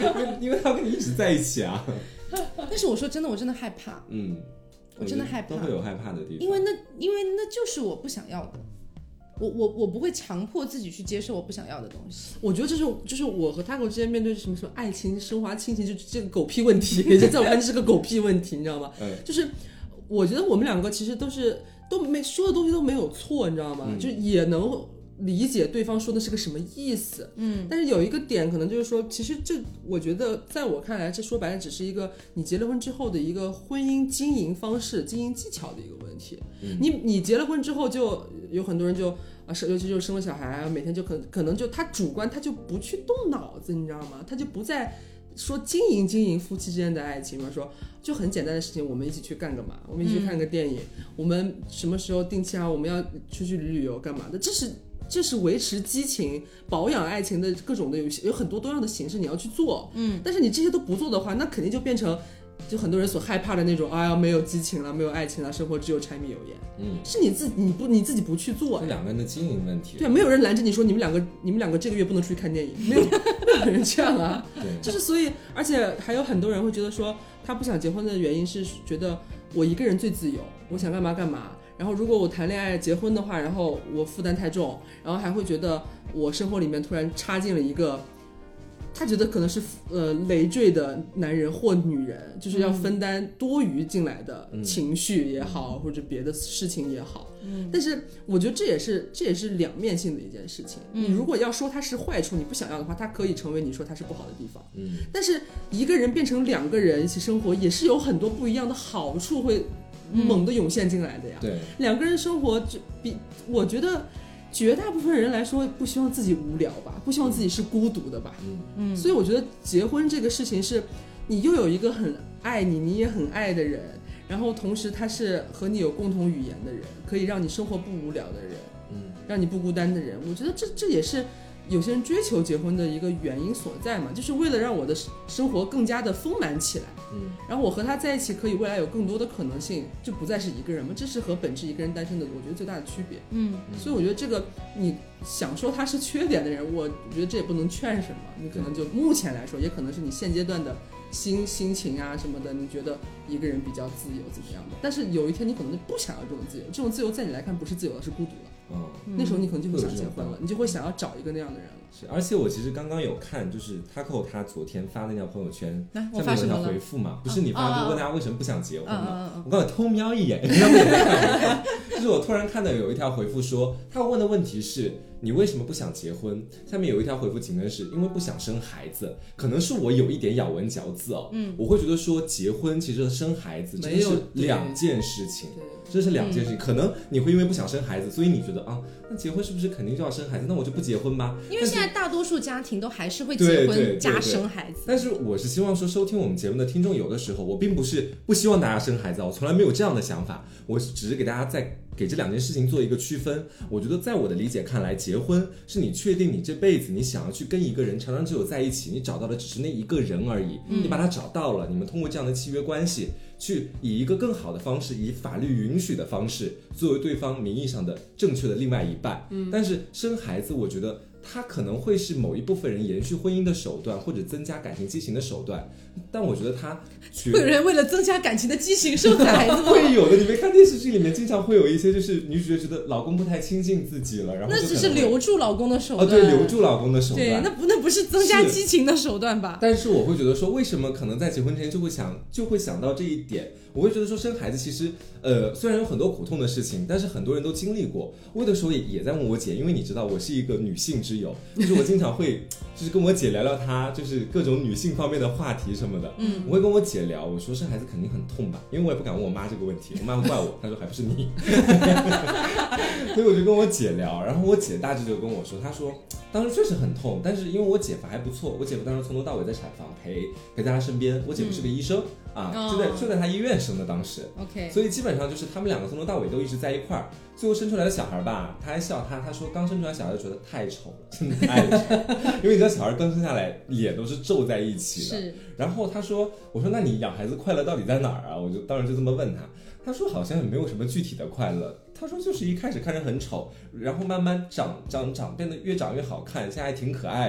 因为他要跟你一直在一起啊。 但是我说真的，我真的害怕，我真的害怕， 都会有害怕的地方， 因为那就是我不想要的。我不会强迫自己去接受我不想要的东西。 我觉得就是我和Taco之间面对什么爱情、升华、亲情，就这个狗屁问题，也在我看这是个狗屁问题，你知道吗？就是我觉得我们两个其实都没说的东西都没有错，你知道吗？就也能理解对方说的是个什么意思。但是有一个点可能就是说，其实这我觉得在我看来，这说白了只是一个你结了婚之后的一个婚姻经营方式、经营技巧的一个问题。你结了婚之后，就有很多人就尤其就是生了小孩啊，每天就可能就他主观他就不去动脑子，你知道吗？他就不再说经营夫妻之间的爱情嘛，说就很简单的事情，我们一起去干个嘛，我们一起去看个电影，我们什么时候定期啊，我们要出去旅游干嘛的，这是维持激情、保养爱情的各种的有很多多样的形式你要去做。但是你这些都不做的话，那肯定就变成就很多人所害怕的那种，哎呀，没有激情了，没有爱情了，生活只有柴米油盐。是你自己不去做， 是两个人的经营问题。 对，没有人拦着你说你们两个这个月不能出去看电影，没有人这样啊。就是所以，而且还有很多人会觉得说，他不想结婚的原因是觉得我一个人最自由，我想干嘛干嘛。然后如果我谈恋爱结婚的话，然后我负担太重，然后还会觉得我生活里面突然插进了一个他觉得可能是累赘的男人或女人，就是要分担多余进来的情绪也好，或者别的事情也好。但是我觉得这也是两面性的一件事情。你如果要说它是坏处，你不想要的话，它可以成为你说它是不好的地方。但是一个人变成两个人一起生活，也是有很多不一样的好处会猛地涌现进来的呀。 对， 两个人生活我觉得绝大部分人来说不希望自己无聊吧，不希望自己是孤独的吧。所以我觉得结婚这个事情是你又有一个很爱你，你也很爱的人，然后同时他是和你有共同语言的人，可以让你生活不无聊的人，让你不孤单的人。我觉得这也是有些人追求结婚的一个原因所在嘛，就是为了让我的生活更加的丰满起来。然后我和他在一起可以未来有更多的可能性，就不再是一个人嘛，这是和本质一个人单身的我觉得最大的区别。所以我觉得这个你想说他是缺点的人，我觉得这也不能劝什么，你可能就目前来说，也可能是你现阶段的心情啊什么的，你觉得一个人比较自由怎么样的，但是有一天你可能就不想要这种自由，这种自由在你来看不是自由了，是孤独了。那时候你可能就会想结婚了，你就会想要找一个那样的人了。 是，而且我其实刚刚有看，就是 Taco 他昨天发那条朋友圈，下面有条回复嘛，不是你发就问他为什么不想结婚嘛，我刚才偷瞄一眼，你要不也在看？就是我突然看到有一条回复说，他问的问题是你为什么不想结婚？下面有一条回复紧跟是因为不想生孩子，可能是我有一点咬文嚼字哦，我会觉得说结婚其实和生孩子真的是两件事情。这是两件事情，可能你会因为不想生孩子，所以你觉得啊，那结婚是不是肯定就要生孩子？那我就不结婚吧。 因为现在大多数家庭都还是会结婚加生孩子。 但是我是希望说，收听我们节目的听众，有的时候我并不是不希望大家生孩子，我从来没有这样的想法，我只是给大家给这两件事情做一个区分。我觉得在我的理解看来，结婚是你确定你这辈子你想要去跟一个人长长久久在一起，你找到的只是那一个人而已，你把他找到了，你们通过这样的契约关系去以一个更好的方式，以法律允许的方式作为对方名义上的正确的另外一半。但是生孩子我觉得它可能会是某一部分人延续婚姻的手段，或者增加感情激情的手段，但我觉得它会有人为了增加感情的激情生孩子吗？ 会有的，你没看电视剧里面经常会有一些就是女主角觉得老公不太亲近自己了，然后那只是留住老公的手段。 对，留住老公的手段。 对，那不是增加激情的手段吧？ 但是我会觉得说，为什么可能在结婚之前就会想到这一点？我会觉得说，生孩子其实虽然有很多苦痛的事情，但是很多人都经历过。我有的时候也在问我姐，因为你知道我是一个女性之友，就是我经常会就是跟我姐聊聊她就是各种女性方面的话题什么的。我会跟我姐聊，我说生孩子肯定很痛吧，因为我也不敢问我妈这个问题，我妈会怪我，她说还不是你。所以我就跟我姐聊，然后我姐大致就跟我说，她说当时确实很痛，但是因为我姐夫还不错，我姐夫当时从头到尾在产房陪在她身边，我姐夫是个医生。就在他医院生的当时 ，OK， 所以基本上就是他们两个从头到尾都一直在一块儿。最后生出来的小孩吧，他还笑他说刚生出来小孩就觉得太丑了，真的太丑了，因为你知道小孩刚生下来脸都是皱在一起的。是。然后我说那你养孩子快乐到底在哪儿啊？我就当时就这么问他，他说好像也没有什么具体的快乐。他说就是一开始看着很丑，然后慢慢长变得越长越好看，现在还挺可爱的。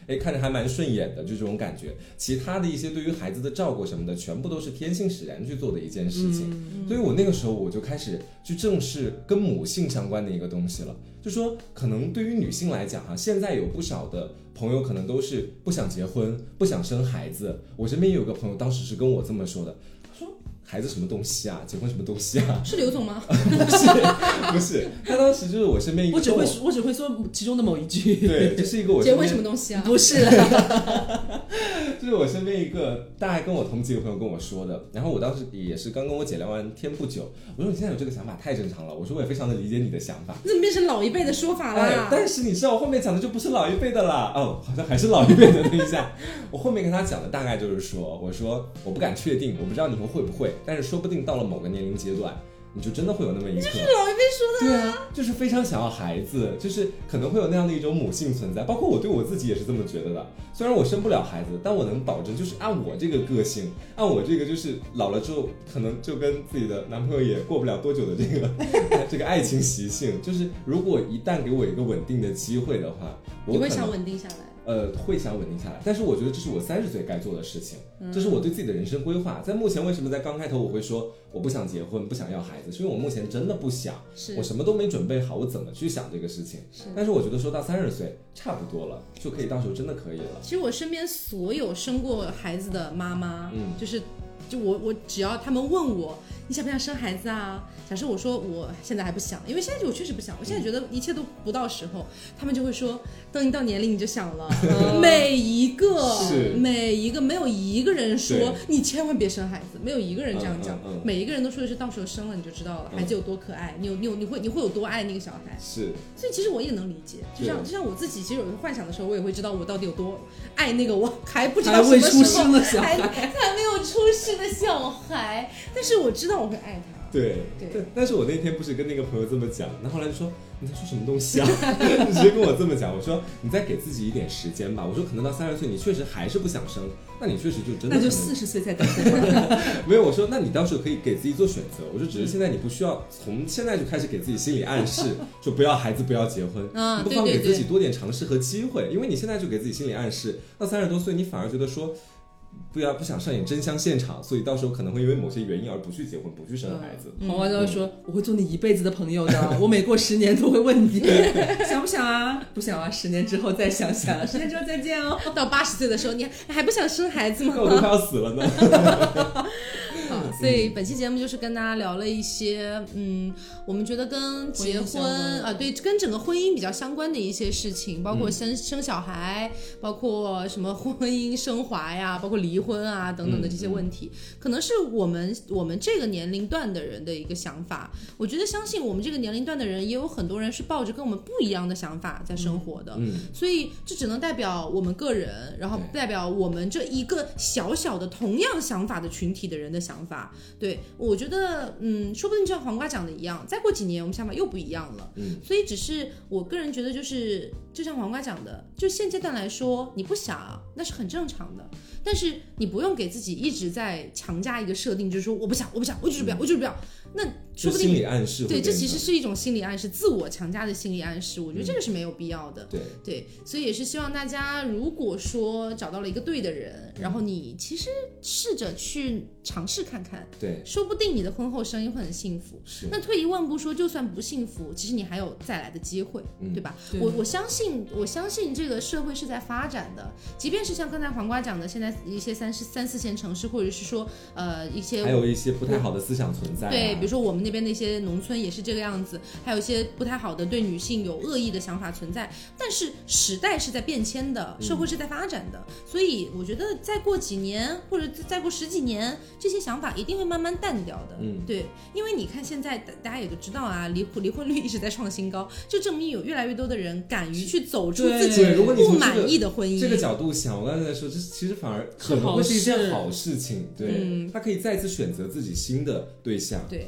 看着还蛮顺眼的，就这种感觉。其他的一些对于孩子的照顾什么的，全部都是天性使然去做的一件事情。所以我那个时候我就开始去正视跟母性相关的一个东西了，就说可能对于女性来讲现在有不少的朋友可能都是不想结婚，不想生孩子。我身边也有个朋友当时是跟我这么说的，他说孩子什么东西啊，结婚什么东西啊？ 是刘总吗？ 不是，他当时就是我身边一个我只会说其中的某一句。 对，这是一个我结婚什么东西啊？ 不是， 就是我身边一个大概跟我同级的朋友跟我说的。然后我当时也是刚跟我姐聊完天不久，我说你现在有这个想法太正常了，我说我也非常的理解你的想法。 你怎么变成老一辈的说法啦？ 但是你知道我后面讲的就不是老一辈的啦，好像还是老一辈的。等一下，我后面跟他讲的大概就是说，我说我不敢确定，我不知道你以后会不会，但是说不定到了某个年龄阶段，你就真的会有那么一刻。 这是老一辈说的。 对啊，就是非常想要孩子，就是可能会有那样的一种母性存在。包括我对我自己也是这么觉得的。虽然我生不了孩子，但我能保证，就是按我这个个性，按我这个就是老了之后可能就跟自己的男朋友也过不了多久的这个爱情习性，就是如果一旦给我一个稳定的机会的话，我你会想稳定下来。 会想稳定下来，但是我觉得这是我30岁该做的事情，这是我对自己的人生规划。在目前为什么在刚开头我会说我不想结婚，不想要孩子，是因为我目前真的不想，我什么都没准备好，我怎么去想这个事情？但是我觉得说到30岁差不多了，就可以到时候真的可以了。 其实我身边所有生过孩子的妈妈，就我只要他们问我你想不想生孩子啊？假设我说我现在还不想，因为现在我确实不想，我现在觉得一切都不到时候，他们就会说等你到年龄你就想了。每一个没有一个人说你千万别生孩子，没有一个人这样讲，每一个人都说的是到时候生了你就知道了，孩子有多可爱，你会有多爱那个小孩。 是， 所以其实我也能理解，就像我自己，其实有时候幻想的时候，我也会知道我到底有多爱那个我还不知道什么时候还未出生的小孩， 还没有出世的小孩，但是我知道我会爱他。 对，但是我那天不是跟那个朋友这么讲，那后来就说你在说什么东西啊？你直接跟我这么讲，我说你再给自己一点时间吧。我说可能到30岁你确实还是不想生，那你确实就真的那就40岁再等。 没有，我说那你到时候可以给自己做选择。我说只是现在你不需要从现在就开始给自己心理暗示，说不要孩子不要结婚，你不妨给自己多点尝试和机会，因为你现在就给自己心理暗示，到30多岁你反而觉得说不想上演真香现场，所以到时候可能会因为某些原因而不去结婚，不去生孩子。 黄瓜就会说我会做你一辈子的朋友的，我每过10年都会问你想不想啊？不想啊，10年之后再想想，10年之后再见哦。 到80岁的时候你还不想生孩子吗？ 那我都快要死了呢。 所以本期节目就是跟大家聊了一些我们觉得跟结婚对，跟整个婚姻比较相关的一些事情，包括生小孩，包括什么婚姻升华呀，包括离婚啊等等的这些问题，可能是我们这个年龄段的人的一个想法。我觉得相信我们这个年龄段的人也有很多人是抱着跟我们不一样的想法在生活的，所以这只能代表我们个人，然后代表我们这一个小小的同样想法的群体的人的想法。对，我觉得说不定就像黄瓜讲的一样，再过几年我们想法又不一样了。所以只是我个人觉得就像黄瓜讲的，就现阶段来说你不想那是很正常的，但是你不用给自己一直在强加一个设定，就是说我不想，我就是不要，我就是不要。那说不定心理暗示， 对，这其实是一种心理暗示，自我强加的心理暗示，我觉得这个是没有必要的。对，所以也是希望大家，如果说找到了一个对的人，然后你其实试着去尝试看看， 对， 说不定你的婚后生意会很幸福。那退一万步说，就算不幸福，其实你还有再来的机会，对吧？我相信这个社会是在发展的，即便是像刚才黄瓜讲的，现在一些3、4线城市，或者是说一些还有一些不太好的思想存在， 对，比如说我们那边那些农村也是这个样子，还有一些不太好的对女性有恶意的想法存在。但是时代是在变迁的，社会是在发展的，所以我觉得再过几年或者再过10几年，这些想法一定会慢慢淡掉的。对，因为你看现在大家也都知道啊，离婚率一直在创新高，就证明有越来越多的人敢于去走出自己不满意的婚姻。 这个角度想，我刚才在说，这其实反而可能会是一件好事情。对，他可以再次选择自己新的对象。 对，其实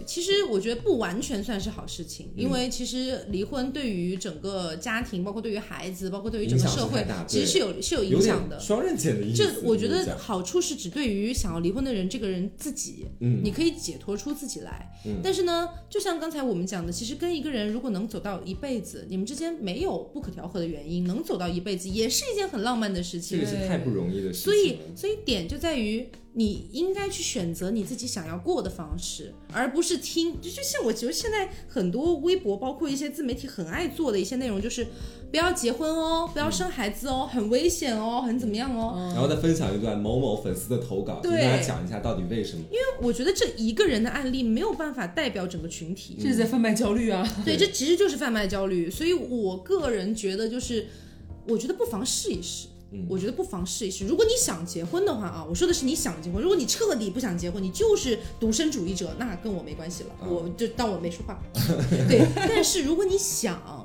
我觉得不完全算是好事情，因为其实离婚对于整个家庭，包括对于孩子，包括对于整个社会，其实是有影响的， 双刃剑的意思。 这我觉得好处是只对于想要离婚的人这个人自己，你可以解脱出自己来。但是呢，就像刚才我们讲的，其实跟一个人如果能走到一辈子，你们之间没有不可调和的原因，能走到一辈子也是一件很浪漫的事情。 这个是太不容易的事情了。 所以点就在于你应该去选择你自己想要过的方式，而不是听就像我觉得现在很多微博包括一些自媒体很爱做的一些内容，就是不要结婚哦，不要生孩子哦，很危险哦，很怎么样哦， 然后再分享一段某某粉丝的投稿，跟大家讲一下到底为什么。因为我觉得这一个人的案例没有办法代表整个群体， 这是在贩卖焦虑啊。 对，这其实就是贩卖焦虑。所以我个人觉得就是我觉得不妨试一试。我觉得不妨试一试。如果你想结婚的话啊，我说的是你想结婚。如果你彻底不想结婚，你就是独身主义者，那跟我没关系了，我就当我没说话。对，但是如果你想，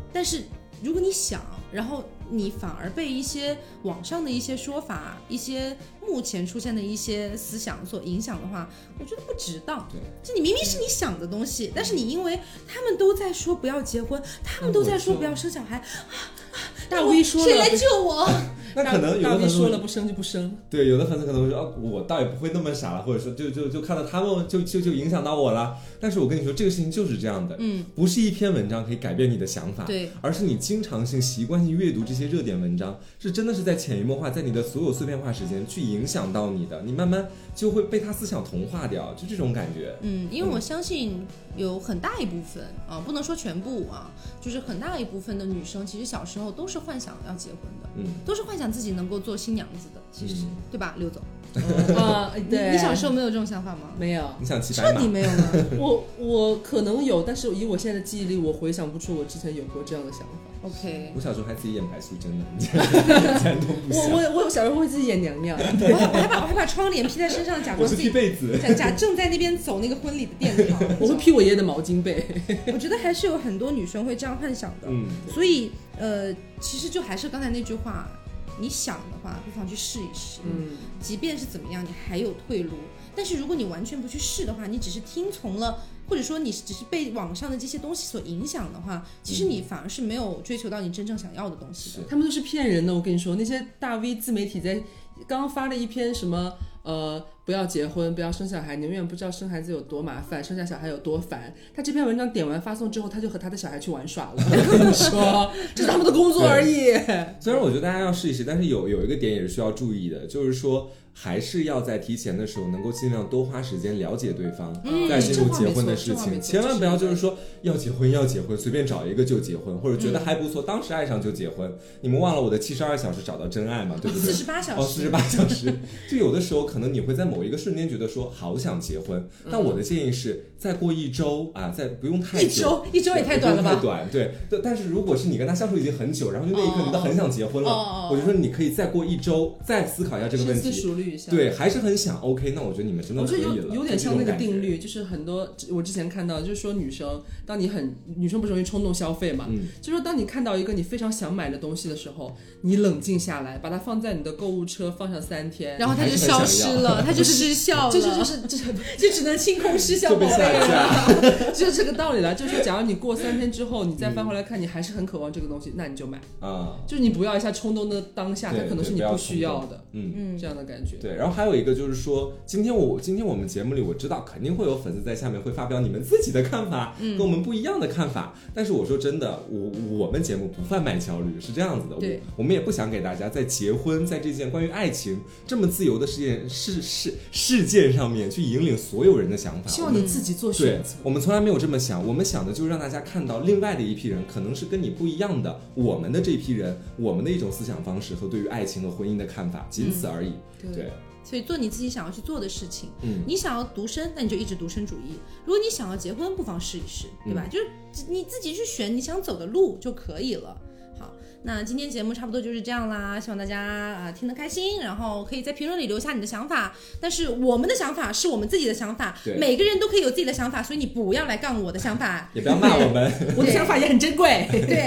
然后你反而被一些网上的一些说法，一些目前出现的一些思想所影响的话，我觉得不值当。对，就你明明是你想的东西，但是你因为他们都在说不要结婚，他们都在说不要生小孩， 大 V 说了， 谁来救我？ 那可能有的粉丝说了不生就不生， 对，有的粉丝可能会说我倒也不会那么傻了，或者说就看到他们就影响到我了。但是我跟你说，这个事情就是这样的，不是一篇文章可以改变你的想法， 对， 而是你经常性、习惯性阅读这些热点文章，是真的是在潜移默化，在你的所有碎片化时间去影响到你的，你慢慢就会被他思想同化掉，就这种感觉。 因为我相信有很大一部分啊，不能说全部啊，就是很大一部分的女生，其实小时候都是幻想要结婚的，都是幻想自己能够做新娘子的，其实，对吧，刘总？ 对， 你小时候没有这种想法吗？ 没有， 你想骑白马？ 彻底没有吗？ 我可能有，但是以我现在的记忆力，我回想不出我之前有过这样的想法。 OK， 我小时候还自己演白素贞呢，你竟然都不想。 我小时候会自己演娘娘， 我还把窗帘披在身上，假装自己披被子， 假正在那边走那个婚礼的殿堂。 我会披我爷爷的毛巾被。 我觉得还是有很多女生会这样幻想的，所以其实就还是刚才那句话，你想的话，不妨去试一试。即便是怎么样，你还有退路。但是如果你完全不去试的话，你只是听从了，或者说你只是被网上的这些东西所影响的话，其实你反而是没有追求到你真正想要的东西的。 他们都是骗人的，我跟你说，那些大 V 自媒体在刚发了一篇什么不要结婚，不要生小孩，你永远不知道生孩子有多麻烦，生下小孩有多烦。他这篇文章点完发送之后，他就和他的小孩去玩耍了。我跟你说，这是他们的工作而已。 虽然我觉得大家要试一试，但是有一个点也是需要注意的，就是说还是要在提前的时候能够尽量多花时间了解对方，再进入结婚的事情。千万不要就是说要结婚随便找一个就结婚，或者觉得还不错，当时爱上就结婚。你们忘了我的72小时找到真爱吗？对不对 ？48小时。 48小时。就有的时候可能你会在某一个瞬间觉得说好想结婚，但我的建议是再过1周啊，再不用太久。 一周也太短了吧？ 太短，对。但是如果是你跟他相处已经很久，然后就那一刻你都很想结婚了，我就说你可以再过1周，再思考一下这个问题。 深思熟虑一下。 对，还是很想 OK， 那我觉得你们真的可以了。 我觉得有点像那个定律，就是很多我之前看到，就是说女生不是容易冲动消费嘛，就是说当你看到一个你非常想买的东西的时候，你冷静下来，把它放在你的购物车放上3天， 然后它就消失了，它就失效了，就只能清空失效宝贝了， 就是这个道理了。就是说，假如你过3天之后，你再翻回来看，你还是很渴望这个东西，那你就买啊，就是你不要一下冲动的当下，它可能是你不需要的，这样的感觉。 对，然后还有一个就是说，今天我们节目里我知道肯定会有粉丝在下面会发表你们自己的看法，跟我们不一样的看法。但是我说真的，我们节目不贩卖焦虑，是这样子的。我们也不想给大家在结婚，在这件关于爱情这么自由的事件上面去引领所有人的想法。 希望你自己做选择。 我们从来没有这么想，我们想的就是让大家看到另外的一批人，可能是跟你不一样的，我们的这批人，我们的一种思想方式和对于爱情和婚姻的看法，仅此而已。对。 所以做你自己想要去做的事情，你想要独身，那你就一直独身主义；如果你想要结婚，不妨试一试，对吧？就是你自己去选你想走的路就可以了。好，那今天节目差不多就是这样啦，希望大家听得开心，然后可以在评论里留下你的想法。但是我们的想法是我们自己的想法，每个人都可以有自己的想法，所以你不要来杠我的想法， 也不要骂我们， 我的想法也很珍贵。 对。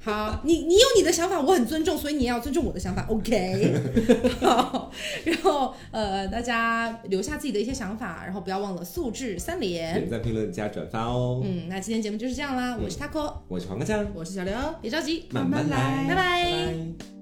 好，你有你的想法，我很尊重，所以你也要尊重我的想法 ，OK？ 好，然后大家留下自己的一些想法，然后不要忘了素质3连， 点赞、评论、加转发哦。 那今天节目就是这样啦，我是 Taco， 我是黄瓜酱， 我是小刘， 别着急， 慢慢来， 拜拜。 拜拜。